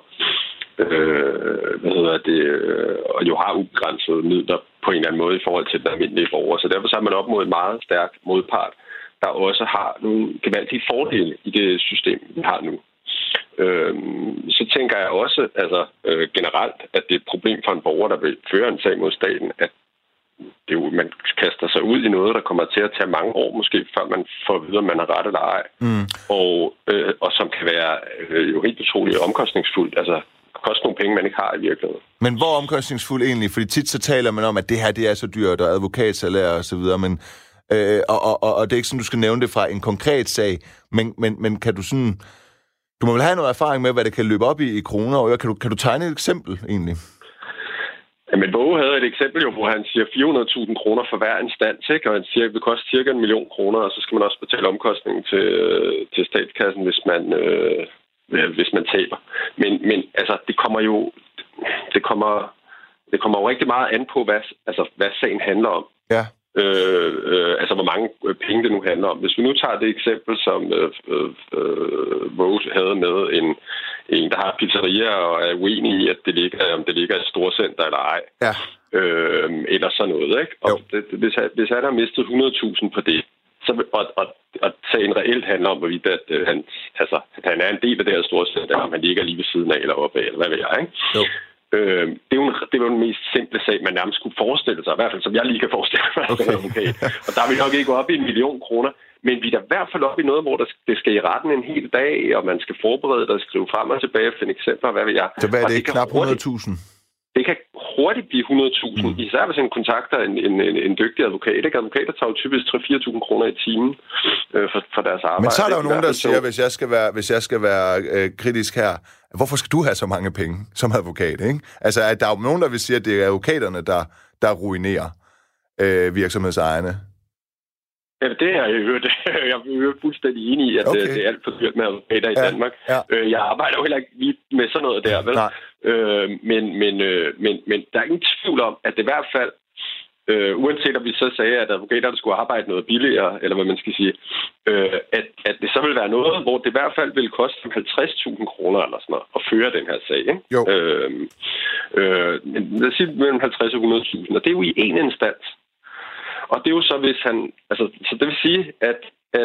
og jo har ubegrænsede midler på en eller anden måde i forhold til den almindelige borger. Så derfor så er man op mod en meget stærk modpart, der også har nogle gevaldige fordele i det system, vi har nu. Så tænker jeg også generelt, at det er et problem for en borger, der vil føre en sag mod staten, at det jo, man kaster sig ud i noget, der kommer til at tage mange år, måske før man får at vide, om man har ret eller ej. Og som kan være jo helt utroligt omkostningsfuldt. Altså, koste nogle penge, man ikke har i virkeligheden. Men hvor omkostningsfuld egentlig? Fordi tit så taler man om, at det her det er så dyrt, og advokatsalær og så videre, men og det er ikke sådan, du skal nævne det fra en konkret sag, men kan du sådan... Du må vel have noget erfaring med, hvad det kan løbe op i kroner og øre. Kan du tegne et eksempel egentlig? Jamen, Waage havde et eksempel jo, hvor han siger 400.000 kroner for hver instans, ikke? Og han siger, at det vil koste cirka 1 million kroner, og så skal man også betale omkostningen til statskassen, hvis man taber. Men altså, det kommer jo rigtig meget an på, hvad sagen handler om. Ja. Hvor mange penge det nu handler om. Hvis vi nu tager det eksempel, som Waage havde med en, der har pizzeria og er uenig i, at om det ligger i et storcenter eller ej. Ja. Eller sådan noget, ikke? Og hvis han har mistet 100.000 på det, og sagen reelt handler om, hvorvidt han er en del af det her storcenter, om han ligger lige ved siden af eller oppe af, eller hvad ved jeg, ikke? Jo. Det er jo den mest simple sag, man nærmest skulle forestille sig, i hvert fald som jeg lige kan forestille mig. Okay. Og der er vi nok ikke oppe i 1 million kroner, men vi er i hvert fald oppe i noget, hvor det skal i retten en hel dag, og man skal forberede dig, skrive frem og tilbage, finde eksempler, hvad ved jeg. Så hvad er det, knap 100.000? Det kan hurtigt blive 100.000, især hvis man kontakter en dygtig advokat. Ikke? Advokater tager jo typisk 3-4.000 kroner i timen for deres arbejde. Men så er der jo nogen, der siger, hvis jeg skal være kritisk her, hvorfor skal du have så mange penge som advokat? Ikke? Altså, at der er jo nogen, der vil sige, at det er advokaterne, der ruinerer virksomhedsejerne. Ja, det har jeg hørt. Jeg er fuldstændig enig i, at det er alt for dyrt med advokater i Danmark. Ja. Jeg arbejder jo heller ikke lige med sådan noget der, vel? Men der er ingen tvivl om, at det i hvert fald, uanset om vi så sagde, at advokaterne skulle arbejde noget billigere, eller hvad man skal sige, at det så vil være noget, hvor det i hvert fald vil koste 50.000 kroner eller sådan noget, at føre den her sag. Ikke? Jo. Lad os sige mellem 50 og 100.000, og det er jo i en instans. Og det er jo så, hvis han... Altså, så det vil sige, at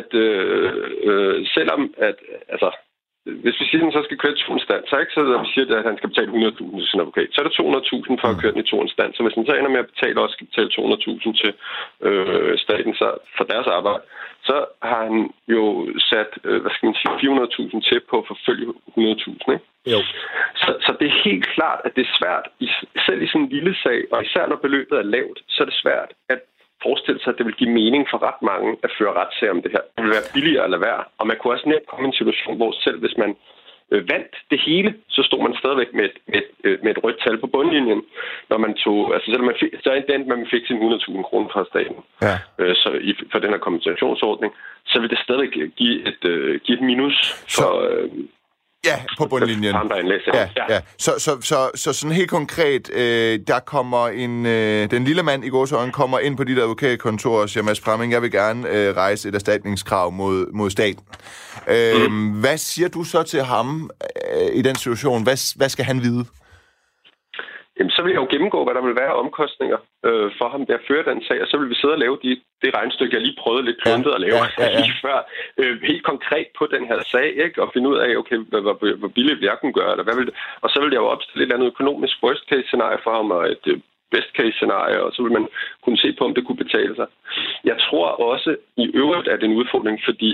selvom at... Altså, hvis vi siger, at han så skal køre 2 instanser, ikke? Så vi siger, at han skal betale 100.000 til sin advokat, så er det 200.000 for at køre den i 2 instanser. Hvis han så ender med at betale, også skal betale 200.000 til staten så for deres arbejde, så har han jo sat, 400.000 til på at forfølge 100.000, ikke? Jo. Så det er helt klart, at det er svært, selv i sådan en lille sag, og især når beløbet er lavt, så er det svært forestille sig, at det vil give mening for ret mange at føre retssager om det her. Det vil være billigere at lade være. Og man kunne også nemt komme i en situation, hvor selv hvis man vandt det hele, så stod man stadigvæk med et rødt tal på bundlinjen, når man tog, altså selvom man fik sin 100.000 kroner fra staten, for den her kompensationsordning, så vil det stadig give et minus for... Ja, på bundlinjen. Så sådan helt konkret, der kommer den lille mand i gåseøjne kommer ind på dit advokatkontor og siger, Mads Pramming, jeg vil gerne rejse et erstatningskrav mod staten. Hvad siger du så til ham i den situation? Hvad skal han vide? Jamen, så vil jeg jo gennemgå, hvad der vil være omkostninger for ham, der fører den sag, og så vil vi sidde og lave det regnestykke, jeg lige prøvede lidt kluntet at lave lige før, helt konkret på den her sag, ikke? Og finde ud af, okay, hvor billigt jeg kunne gøre, eller hvad vil det? Og så vil jeg jo opstille et eller andet økonomisk worst case scenarie for ham, og et best case scenarie, og så vil man kunne se på, om det kunne betale sig. Jeg tror også i øvrigt, at det er en udfordring, fordi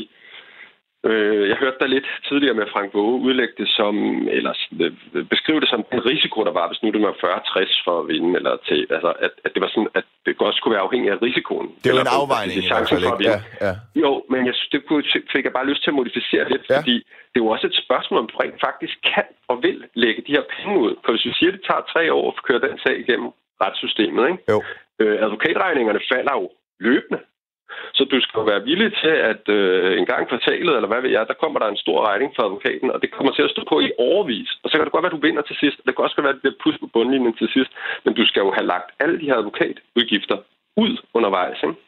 jeg hørte dig lidt tidligere med Frank Våge udlægge det som, eller beskrive det som den risiko, der var, hvis nu det var 40-60 for at vinde, eller til, altså, at det var sådan, at det godt skulle være afhængigt af risikoen. Det er jo en afvejning i hvert fald, ikke? Ja. Jo, men fik jeg bare lyst til at modificere lidt, fordi det er jo også et spørgsmål, om du rent faktisk kan og vil lægge de her penge ud. For hvis vi siger, at det tager 3 år at køre den sag igennem retssystemet, ikke? Jo. Advokatregningerne falder jo løbende. Så du skal jo være villig til, at en gang kvartalet, eller hvad ved jeg, der kommer der en stor regning for advokaten, og det kommer til at stå på i overvis. Og så kan det godt være, at du vinder til sidst, og det kan også være, at det bliver pus på bundlinjen til sidst, men du skal jo have lagt alle de her advokatudgifter ud undervejs, ikke?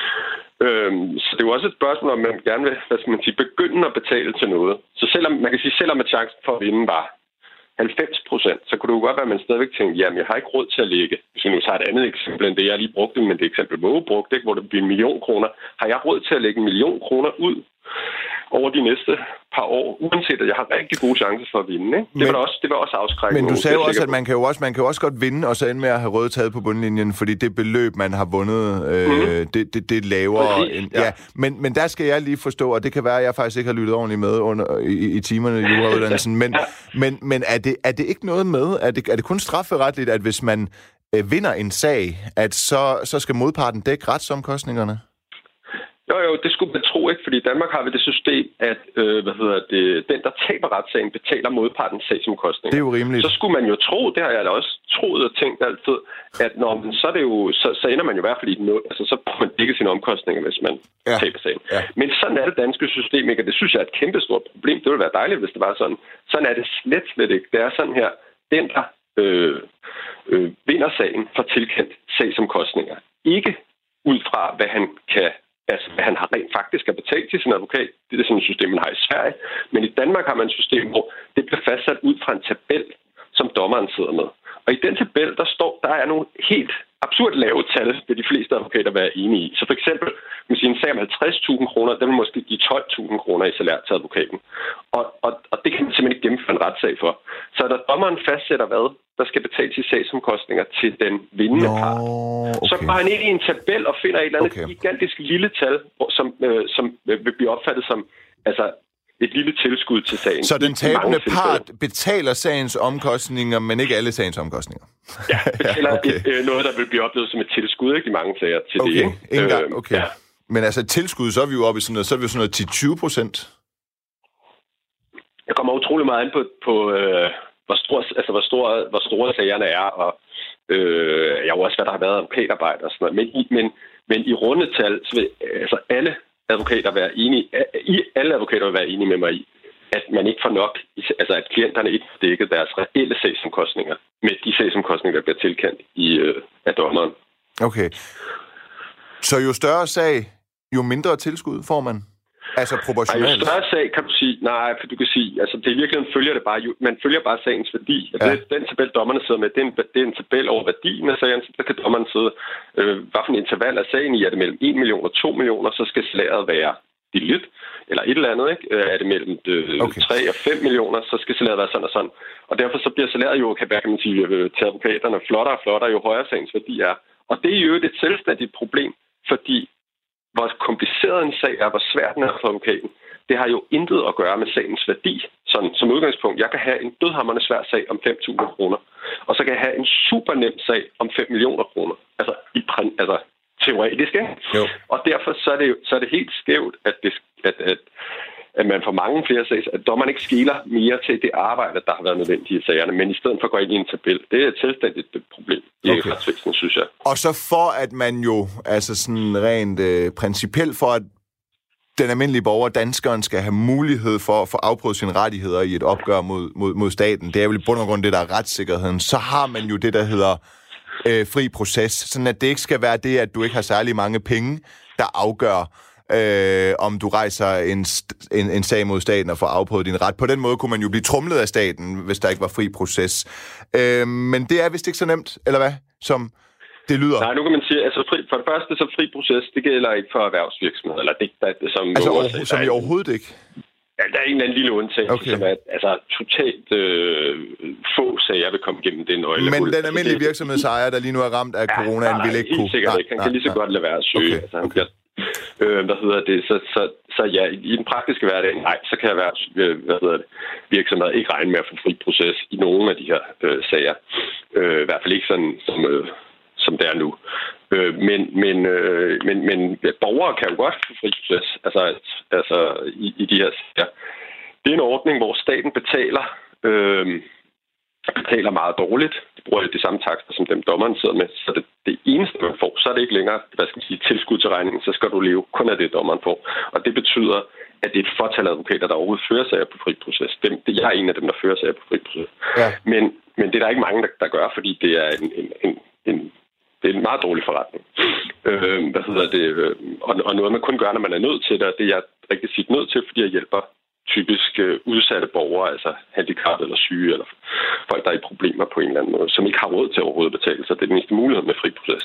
Så det er jo også et spørgsmål, om man gerne vil, begynde at betale til noget. Så selvom at chancen for at vinde var 90%, så kunne det jo godt være, at man stadigvæk tænkte, jamen, jeg har ikke råd til at lægge. Hvis vi nu tager et andet eksempel end det, jeg lige brugte, men det eksempel Våge brugte, ikke, hvor det bliver 1 million kroner. Har jeg råd til at lægge 1 million kroner ud over de næste par år, uanset at jeg har rigtig gode chancer for at vinde, ikke? Det var også afskrækkende. Men du sagde jo også, at man kan jo også godt vinde, og så ende med at have røde taget på bundlinjen, fordi det beløb, man har vundet, det er lavere. Men der skal jeg lige forstå, og det kan være, at jeg faktisk ikke har lyttet ordentligt med i timerne i jurauddannelsen, men er det ikke noget med, er det kun strafferetligt, at hvis man vinder en sag, at så skal modparten dække retsomkostningerne? Jo, det skulle man tro, ikke? Fordi i Danmark har vi det system, at den, der taber retssagen, betaler modpartens sagsomkostninger. Det er jo rimeligt. Så skulle man jo tro, det har jeg da også troet og tænkt altid, at så er det jo, så ender man jo i hvert fald i den, altså så får man dækket sine omkostninger, hvis man taber sagen. Ja. Men sådan er det danske system, ikke? Og det synes jeg er et kæmpestort problem. Det ville være dejligt, hvis det var sådan. Sådan er det slet ikke. Det er sådan her, den, der vinder sagen, får tilkendt sagsomkostninger. Ikke ud fra, hvad han kan, altså hvad han har rent faktisk at betale til sin advokat. Det er sådan et system, man har i Sverige. Men i Danmark har man et system, hvor det bliver fastsat ud fra en tabel, som dommeren sidder med. Og i den tabel, der er nogle helt absurd lave tal, vil de fleste advokater være enige i. Så for eksempel, man siger, en sag om 50.000 kroner, den vil måske give 12.000 kroner i salær til advokaten. Og det kan man simpelthen ikke gennemføre en retssag for. Så da dommeren fastsætter hvad, der skal betales i sagsomkostninger til den vindende part. Okay. Så går han ind i en tabel og finder et eller andet gigantisk lille tal, som vil blive opfattet som et lille tilskud til sagen. Så den tabende part betaler sagens omkostninger, men ikke alle sagens omkostninger? Ja, betaler noget, der vil blive oplevet som et tilskud, ikke i mange sager til det. Ikke? Okay. Ja. Men altså tilskud, så er vi jo oppe i sådan noget, så er vi jo sådan noget 10-20%. Jeg kommer utrolig meget an på hvor store sagerne er, og jeg har også, hvad der har været advokatarbejde og sådan noget. Men i rundetal, så vil alle advokater være enige, alle advokater vil være enige med mig i, at man ikke får nok, altså at klienterne ikke får dækket deres reelle sagsomkostninger med de sagsomkostninger, der bliver tilkendt af dommeren. Okay. Så jo større sag, jo mindre tilskud får man? Altså proportionalt? Jo større sag kan du sige, nej, for du kan sige, altså det i virkeligheden følger det bare, man følger bare sagens værdi. Ja. Den tabel, dommerne sidder med, det er en tabel over værdien af sagen, så kan dommeren sidde, hvad for en interval af sagen i, er det mellem 1 million og 2 millioner, så skal salæret være lidt, eller et eller andet, ikke? Er det mellem 3 og 5 millioner, så skal salæret være sådan og sådan. Og derfor så bliver salæret jo, kan man sige, til advokaterne flottere og flottere, jo højere sagens værdi er. Og det er jo et selvstændigt problem, fordi hvor kompliceret en sag er, hvor svært den er for advokaten, det har jo intet at gøre med sagens værdi. Sådan, som udgangspunkt, jeg kan have en dødhamrende svær sag om 5.000 kroner, og så kan jeg have en super nem sag om 5 millioner kroner. Altså teoretisk, ikke? Jo. Og derfor så er det helt skævt, at man får mange flere sager, at dommeren ikke skeler mere til det arbejde, der har været nødvendigt i sagerne, men i stedet for at gå ind i en tabel. Det er et selvstændigt problem i retsvæsenet, synes jeg. Og så for at man jo, altså sådan rent principielt for, at den almindelige borger, danskeren, skal have mulighed for at få afprøvet sine rettigheder i et opgør mod staten, det er vel i bund og grund det, der er retssikkerheden, så har man jo det, der hedder fri proces, sådan at det ikke skal være det, at du ikke har særlig mange penge, der afgør, om du rejser en sag mod staten og får afprøvet din ret. På den måde kunne man jo blive tromlet af staten, hvis der ikke var fri proces. Men det er vist ikke så nemt, eller hvad, som det lyder? Nej, nu kan man sige, altså for det første, så fri proces, det gælder ikke for erhvervsvirksomheder, eller det som... Altså som i overhovedet ikke? Ja, der er en eller anden lille undtagelse, som er altså totalt få sager vil komme igennem det nøgle. Men den almindelige virksomhedsejer, der lige nu er ramt af coronaen, vil ikke kunne... Helt sikkert ikke. Han kan lige så godt lade være at søge. Okay. Altså, han bliver, så ja, i den praktiske hverdag, nej, så kan virksomheder ikke regne med at få fri proces i nogen af de her sager. I hvert fald ikke sådan, som det er nu. Men borgere kan jo godt få fri proces, altså i de her sager. Det er en ordning, hvor staten betaler meget dårligt. De bruger de samme takster, som dem dommeren sidder med. Så det eneste, man får, så er det ikke længere, tilskud til regningen, så skal du leve kun af det, dommeren får. Og det betyder, at det er et fortal advokater, der overhovedet fører sager på fri proces. Jeg er en af dem, der fører sager på fri proces. Ja. Men det er der ikke mange, der gør, fordi det er det er en meget dårlig forretning. Og noget, man kun gør, når man er nødt til det, det er jeg rigtig tit nødt til, fordi jeg hjælper typisk udsatte borgere, altså handicappede eller syge, eller folk, der er i problemer på en eller anden måde, som ikke har råd til overhovedet betale sig. Det er den eneste mulighed med fri proces.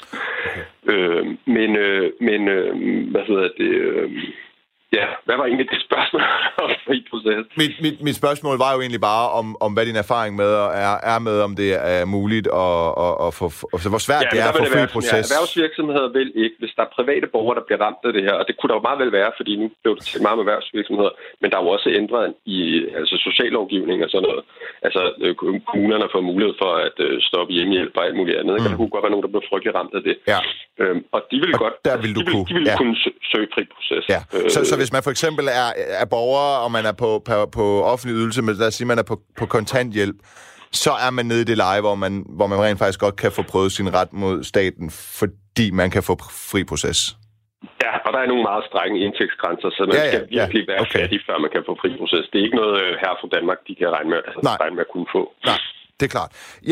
Ja, hvad var egentlig det spørgsmål om fri proces? Mit spørgsmål var jo egentlig bare om hvad din erfaring med er med, om det er muligt at få... Altså, hvor svært det er at få fri proces. Ja, erhvervsvirksomheder vil ikke. Hvis der er private borgere, der bliver ramt af det her, og det kunne der jo meget vel være, fordi nu blev det til meget med erhvervsvirksomheder, men der er jo også ændret i sociallovgivning og sådan noget. Altså, kommunerne får mulighed for at stoppe hjemmehjælp og alt muligt andet. Der kunne godt være nogen, der bliver frygtelig ramt af det. Ja. Og de vil godt... Der vil de vil kunne søge fri proces. Ja. Så hvis man for eksempel er borger, og man er på offentlig ydelse, men lad os sige, man er på kontanthjælp, så er man nede i det leje, hvor man rent faktisk godt kan få prøvet sin ret mod staten, fordi man kan få fri proces. Ja, og der er nogle meget strenge indtægtsgrænser, så man skal virkelig være fattig, før man kan få fri proces. Det er ikke noget her fra Danmark, de kan regne med at kunne få. Nej, det er klart.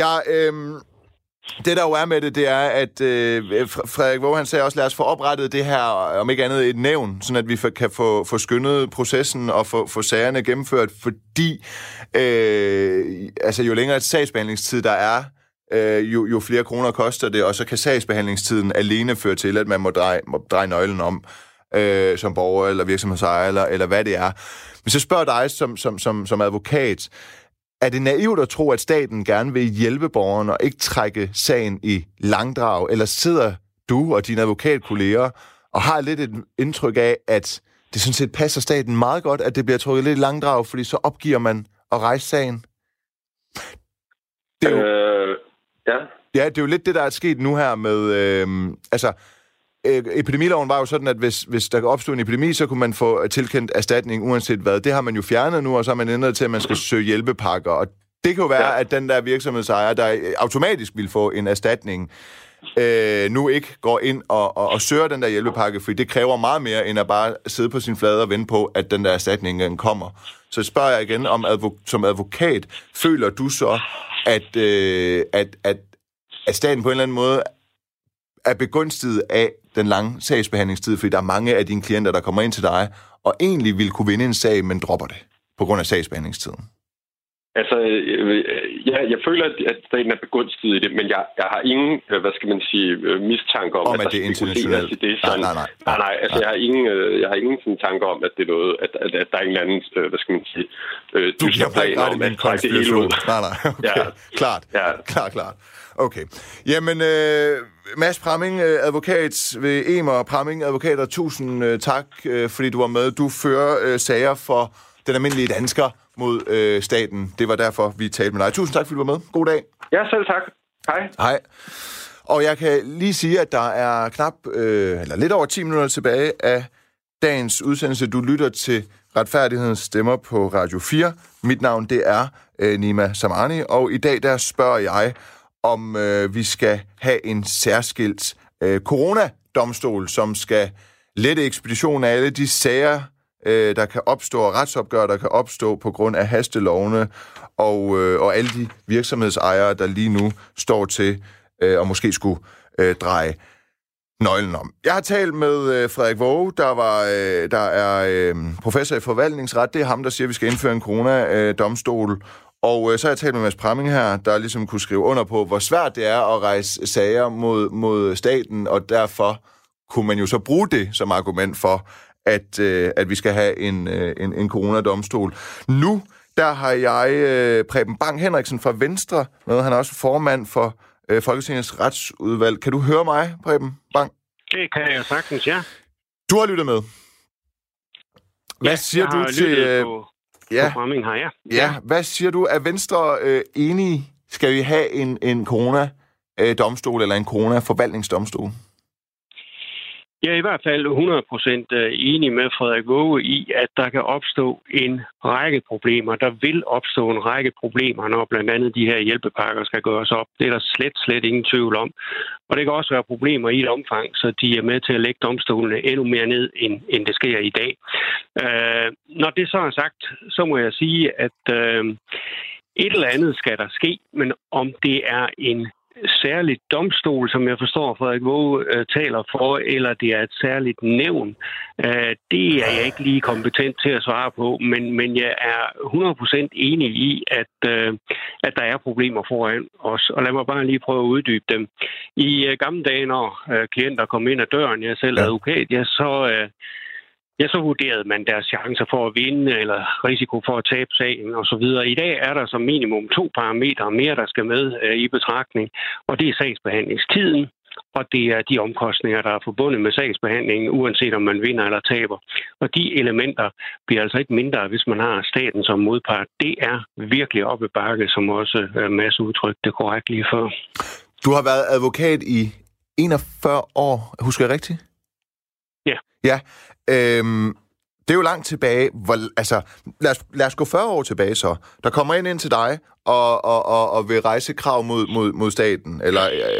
Det, der jo er med det er, at Frederik Waage, han sagde også, lad os få oprettet det her, om ikke andet et nævn, sådan at vi kan få skyndet processen og få sagerne gennemført, fordi jo længere sagsbehandlingstid der er, jo flere kroner koster det, og så kan sagsbehandlingstiden alene føre til, at man må dreje nøglen om som borger eller virksomhedsejer, eller hvad det er. Men så spørger dig som advokat, er det naivt at tro, at staten gerne vil hjælpe borgeren og ikke trække sagen i langdrag? Eller sidder du og dine advokatkolleger og har lidt et indtryk af, at det sådan set passer staten meget godt, at det bliver trukket lidt i langdrag, fordi så opgiver man at rejse sagen? Det er jo, ja, det er jo lidt det, der er sket nu her med... epidemiloven var jo sådan, at hvis der opstod en epidemi, så kunne man få tilkendt erstatning uanset hvad. Det har man jo fjernet nu, og så har man ændret til, at man skal søge hjælpepakker. Og det kan jo være, at den der virksomhedsejer, der automatisk vil få en erstatning, nu ikke går ind og søger den der hjælpepakke, fordi det kræver meget mere, end at bare sidde på sin flade og vente på, at den der erstatning kommer. Så spørger jeg igen, om som advokat, føler du så, at staten på en eller anden måde er begunstiget af den lange sagsbehandlingstid, fordi der er mange af dine klienter, der kommer ind til dig, og egentlig vil kunne vinde en sag, men dropper det på grund af sagsbehandlingstiden? Altså, jeg føler, at staten er begunstiget i det, men jeg har ingen, mistanke om, at det er internationalt. Nej. Altså, jeg har ingen sådan tanker om, at det er noget, at der er en eller anden, du bliver plan om, at trække det hele ud. Nej, okay. Ja. Klart. Ja. Klart. Okay. Jamen, Mads Pramming, advokat ved Emer Pramming Advokater, tusind tak, fordi du var med. Du fører sager for den almindelige dansker mod staten. Det var derfor, vi talte med dig. Tusind tak, fordi du var med. God dag. Ja, selv tak. Hej. Og jeg kan lige sige, at der er eller lidt over 10 minutter tilbage af dagens udsendelse. Du lytter til Retfærdighedens Stemmer på Radio 4. Mit navn, det er Nima Samani, og i dag der spørger jeg, om vi skal have en særskilt coronadomstol, som skal lette ekspeditionen af alle de sager, der kan opstå, og retsopgør, der kan opstå på grund af hastelovene, og alle de virksomhedsejere, der lige nu står til og måske skulle dreje nøglen om. Jeg har talt med Frederik Waage, der er professor i forvaltningsret. Det er ham, der siger, at vi skal indføre en coronadomstol. Og så har jeg talt med Mads Pramming her, der ligesom kunne skrive under på, hvor svært det er at rejse sager mod staten, og derfor kunne man jo så bruge det som argument for, at vi skal have en coronadomstol. Nu, der har jeg Preben Bang Henriksen fra Venstre med. Han er også formand for Folketingets retsudvalg. Kan du høre mig, Preben Bang? Det kan jeg sagtens, ja. Du har lyttet med. Hvad siger du til... Pramming her, ja, hvad siger du? Er Venstre enige? Skal vi have en corona-domstol eller en corona-forvaltningsdomstol? Jeg er i hvert fald 100% enig med Frederik Waage i, at der kan opstå en række problemer. Der vil opstå en række problemer, når blandt andet de her hjælpepakker skal gøres op. Det er der slet ingen tvivl om. Og det kan også være problemer i et omfang, så de er med til at lægge domstolene endnu mere ned, end det sker i dag. Når det så er sagt, så må jeg sige, at et eller andet skal der ske, men om det er en særligt domstol, som jeg forstår, Frederik Waage taler for, eller det er et særligt nævn, det er jeg ikke lige kompetent til at svare på, men jeg er 100% enig i, at der er problemer foran os. Og lad mig bare lige prøve at uddybe dem. I gamle dage, når klienter kom ind ad døren, jeg selv er advokat, så vurderede man deres chancer for at vinde eller risiko for at tabe sagen osv. I dag er der som minimum 2 parametre mere, der skal med i betragtning, og det er sagsbehandlingstiden, og det er de omkostninger, der er forbundet med sagsbehandlingen, uanset om man vinder eller taber. Og de elementer bliver altså ikke mindre, hvis man har staten som modpart. Det er virkelig oppe bakke, som også Mads udtrykte det korrekt lige før. Du har været advokat i 41 år, husker jeg rigtigt? Ja. Ja. Det er jo langt tilbage. Lad os gå 40 år tilbage så. Der kommer ind til dig og vil rejse krav mod staten. Eller,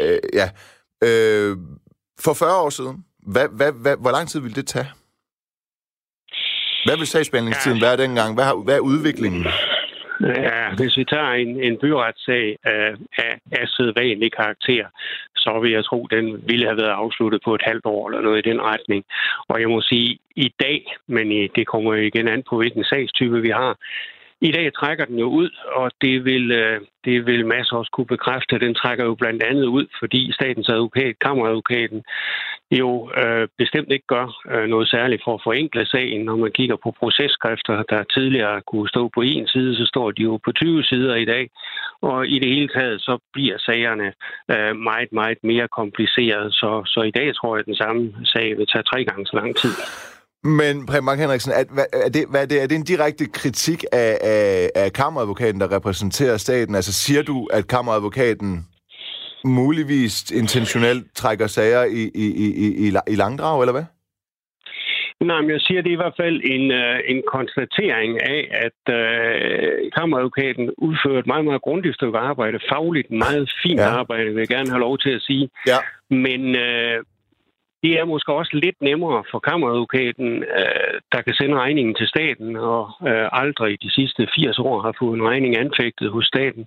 for 40 år siden, hvor lang tid ville det tage? Hvad vil sagsbehandlingstiden være dengang? Hvad er udviklingen? Ja, hvis vi tager en byretssag af sædvanlig karakter, så vil jeg tro, den ville have været afsluttet på et halvt år eller noget i den retning. Og jeg må sige, i dag, men det kommer igen an på, hvilken sagstype vi har, i dag trækker den jo ud, og det vil Mads også kunne bekræfte. Den trækker jo blandt andet ud, fordi statens advokat, kammeradvokaten, jo bestemt ikke gør noget særligt for at forenkle sagen. Når man kigger på processkrifter, der tidligere kunne stå på en side, så står de jo på 20 sider i dag. Og i det hele taget, så bliver sagerne meget, meget mere komplicerede. Så i dag tror jeg, at den samme sag vil tage 3 gange så lang tid. Men Preben Bang Henriksen, er det en direkte kritik af kammeradvokaten, der repræsenterer staten? Altså siger du, at kammeradvokaten muligvis intentionelt trækker sager i langdrag, eller hvad? Nej, men jeg siger, det er i hvert fald en konstatering af, at kammeradvokaten udfører et meget, meget grundigt stykke arbejde. Fagligt meget fint arbejde, vil jeg gerne have lov til at sige. Ja. Men det er måske også lidt nemmere for kammeradvokaten, der kan sende regningen til staten, og aldrig de sidste 80 år har fået en regning anfægtet hos staten.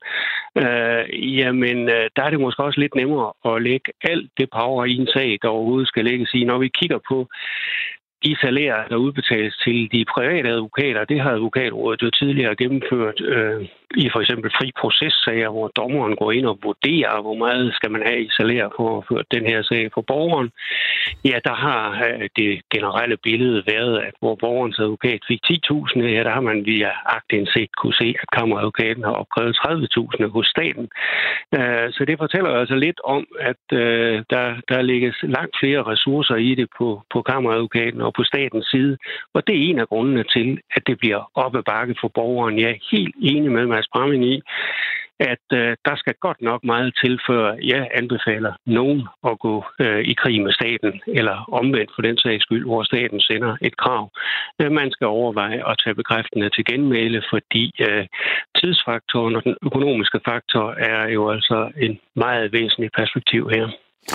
Der er det måske også lidt nemmere at lægge alt det power i en sag, der overhovedet skal lægges i. Når vi kigger på de salærer, der udbetales til de private advokater, det har advokatrådet jo tidligere gennemført i for eksempel fri processager, hvor dommeren går ind og vurderer, hvor meget skal man have i salær for at føre den her sag for borgeren. Ja, der har det generelle billede været, at hvor borgerens advokat fik 10.000, ja, der har man via aktindsigt kunne se, at kammeradvokaten har opkrævet 30.000 hos staten. Så det fortæller altså lidt om, at der lægges langt flere ressourcer i det på kammeradvokaten og på statens side. Og det er en af grundene til, at det bliver op ad bakke for borgeren. Jeg er helt enig med Mads Pramming i, at der skal godt nok meget til, før jeg anbefaler nogen at gå i krig med staten, eller omvendt for den sags skyld, hvor staten sender et krav. Man skal overveje at tage bekræftende til genmæle, fordi tidsfaktoren og den økonomiske faktor er jo altså en meget væsentlig perspektiv her.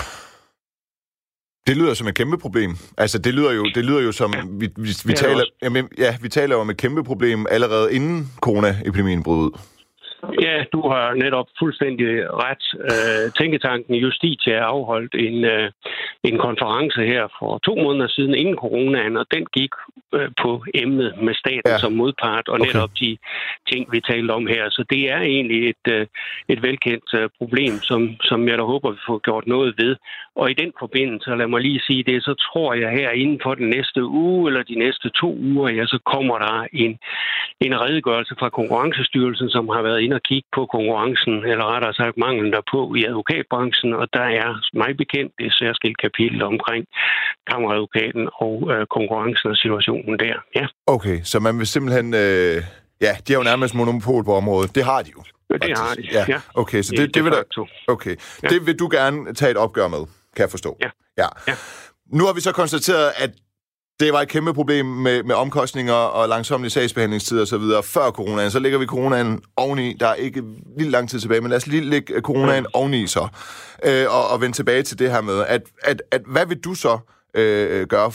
Det lyder som et kæmpe problem. Altså, det lyder jo som vi taler jo om et kæmpe problem allerede inden coronaepidemien brød ud. Ja, du har netop fuldstændig ret. Tænketanken Justitia afholdt en konference her for 2 måneder siden inden coronaen, og den gik på emnet med staten som modpart, og netop de ting, vi talte om her. Så det er egentlig et velkendt problem, som jeg da håber, vi får gjort noget ved. Og i den forbindelse, lad mig lige sige det, så tror jeg her inden for den næste uge, eller de næste 2 uger, ja, så kommer der en redegørelse fra Konkurrencestyrelsen, som har været inde og kigge på konkurrencen, eller rettere sagt manglen derpå i advokatbranchen, og der er mig bekendt et særskilt kapitel omkring kammeradvokaten og konkurrencen og situationen der. Ja. Okay, så man vil simpelthen... de har jo nærmest monopol på området. Det har de jo. Det har de, ja. Okay, så det vil der... Okay, det vil du gerne tage et opgør med, kan jeg forstå. Ja. Nu har vi så konstateret, at det var et kæmpe problem med omkostninger og langsomlig sagsbehandlingstid og så videre før coronaen. Så lægger vi coronaen oveni. Der er ikke vildt lang tid tilbage, men lad os lige lægge coronaen oveni så. Og vende tilbage til det her med, at hvad vil du så gøre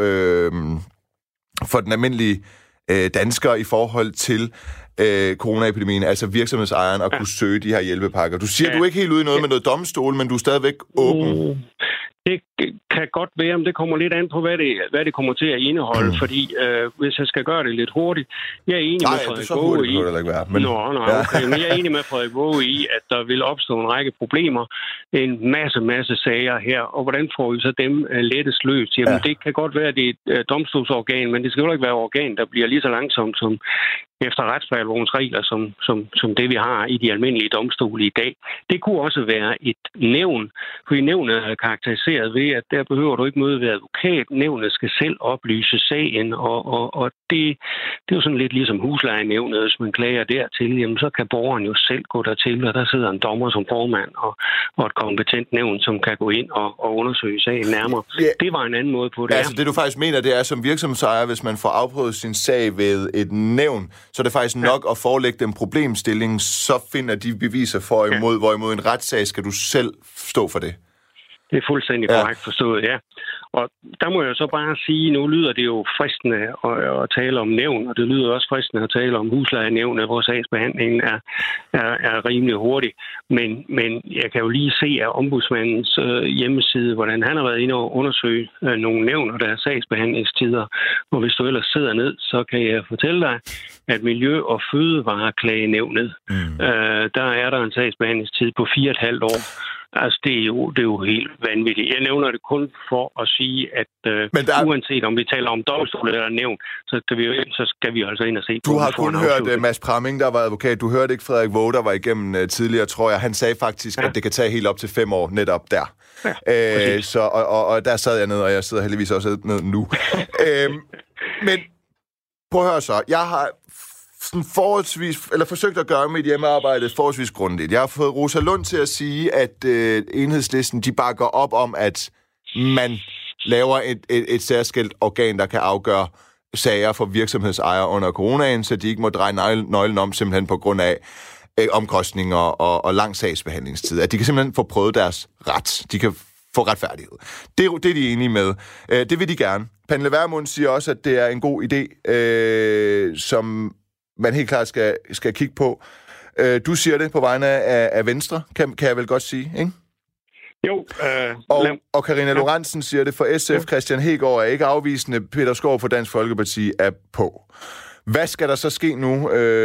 for den almindelige dansker i forhold til coronaepidemien, altså virksomhedsejeren, at kunne søge de her hjælpepakker? Du siger, du er ikke helt ude i noget med noget domstol, men du er stadigvæk åben. Det kan godt være, om det kommer lidt an på, hvad det kommer til at indeholde, fordi hvis jeg skal gøre det lidt hurtigt, jeg er enig med Frederik Waage i... Men jeg er enig med Frederik Waage i, at der vil opstå en række problemer, en masse sager her, og hvordan får vi så dem lettest løst? Jamen, det kan godt være, at det er et domstolsorgan, men det skal jo ikke være et organ, der bliver lige så langsomt som efter retsplejelovens regler, som det vi har i de almindelige domstole i dag. Det kunne også være et nævn, fordi nævnet er karakteriseret ved, at der behøver du ikke møde ved advokat. Nævnet skal selv oplyse sagen, og det er jo sådan lidt ligesom huslejenævnet. Hvis man klager dertil, jamen, så kan borgeren jo selv gå dertil, og der sidder en dommer som formand og et kompetent nævn, som kan gå ind og undersøge sagen nærmere. Yeah. Det var en anden måde på det. Altså det du faktisk mener, det er som virksomhedsejer, hvis man får afprøvet sin sag ved et nævn, så er det faktisk nok at forelægge dem problemstilling, så finder de beviser for imod, hvorimod en retssag skal du selv stå for det. Det er fuldstændig korrekt forstået, ja. Og der må jeg så bare sige, nu lyder det jo fristende at tale om nævn, og det lyder også fristende at tale om huslejenævnet, hvor sagsbehandlingen er rimelig hurtig. Men jeg kan jo lige se af ombudsmandens hjemmeside, hvordan han har været inde og undersøge nogle nævn og deres sagsbehandlingstider. Og hvis du ellers sidder ned, så kan jeg fortælle dig, at Miljø- og Fødevareklagenævnet, der er der en sagsbehandlingstid på 4,5 år. Altså, det er jo helt vanvittigt. Jeg nævner det kun for at sige, at uanset om vi taler om domstol eller nævn, så skal vi altså ind og se. Du har kun hørt Mads Pramming, der var advokat. Du hørte ikke Frederik Waage, der var igennem tidligere, tror jeg. Han sagde faktisk, at det kan tage helt op til 5 år netop der. Ja, og der sad jeg ned, og jeg sidder heldigvis også ned nu. Men prøv at høre så. Jeg har forsøgt at gøre mit hjemmearbejde forholdsvis grundigt. Jeg har fået Rosa Lund til at sige, at Enhedslisten, de bakker op om, at man laver et særskilt organ, der kan afgøre sager for virksomhedsejere under coronaen, så de ikke må dreje nøglen om simpelthen på grund af omkostninger og lang sagsbehandlingstid. At de kan simpelthen få prøvet deres ret. De kan få retfærdighed. Det er de enige med. Det vil de gerne. Pernille Vermund siger også, at det er en god idé, som man helt klart skal kigge på. Du siger det på vegne af Venstre, kan jeg vel godt sige, ikke? Jo. Og Karina Lorentzen siger det for SF. Christian Hegaard er ikke afvisende. Peter Skov for Dansk Folkeparti er på. Hvad skal der så ske nu?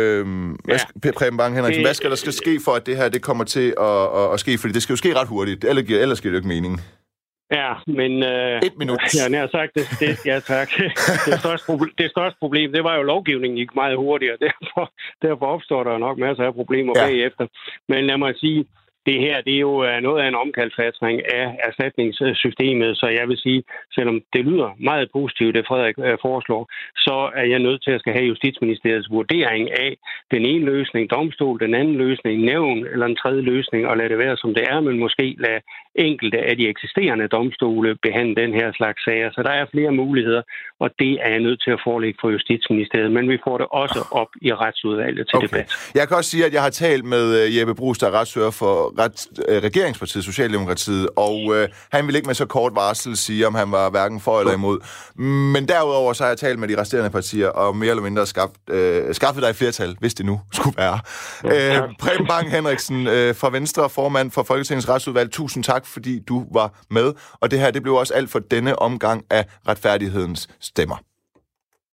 Preben Bang Henriksen, hvad skal der ske for, at det her det kommer til at ske? Fordi det skal jo ske ret hurtigt. Ellers giver det jo ikke mening. Ja, men... 1 minut. Jeg nær sagt det. Ja, tak. Det største problem, det var jo, lovgivningen gik meget hurtigere. Derfor opstår der nok masser af problemer bagefter. Men lad mig sige, det her, det er jo noget af en omkalfatring af erstatningssystemet, så jeg vil sige, selvom det lyder meget positivt, det Frederik foreslår, så er jeg nødt til at skal have Justitsministeriets vurdering af den ene løsning, domstol, den anden løsning, nævn eller en tredje løsning, og lade det være, som det er, men måske lade enkelte af de eksisterende domstole behandle den her slags sager. Så der er flere muligheder, og det er jeg nødt til at forelægge for Justitsministeriet, men vi får det også op i retsudvalget til debat. Jeg kan også sige, at jeg har talt med Jeppe Bruus, der er retsfører for regeringspartiet, Socialdemokratiet, og han vil ikke med så kort varsel sige, om han var hverken for eller imod. Men derudover så har jeg talt med de resterende partier, og mere eller mindre skaffet dig et flertal, hvis det nu skulle være. Preben Bang Henriksen fra Venstre, formand for Folketingets retsudvalg, tusind tak, fordi du var med. Og det her, det blev også alt for denne omgang af Retfærdighedens Stemmer.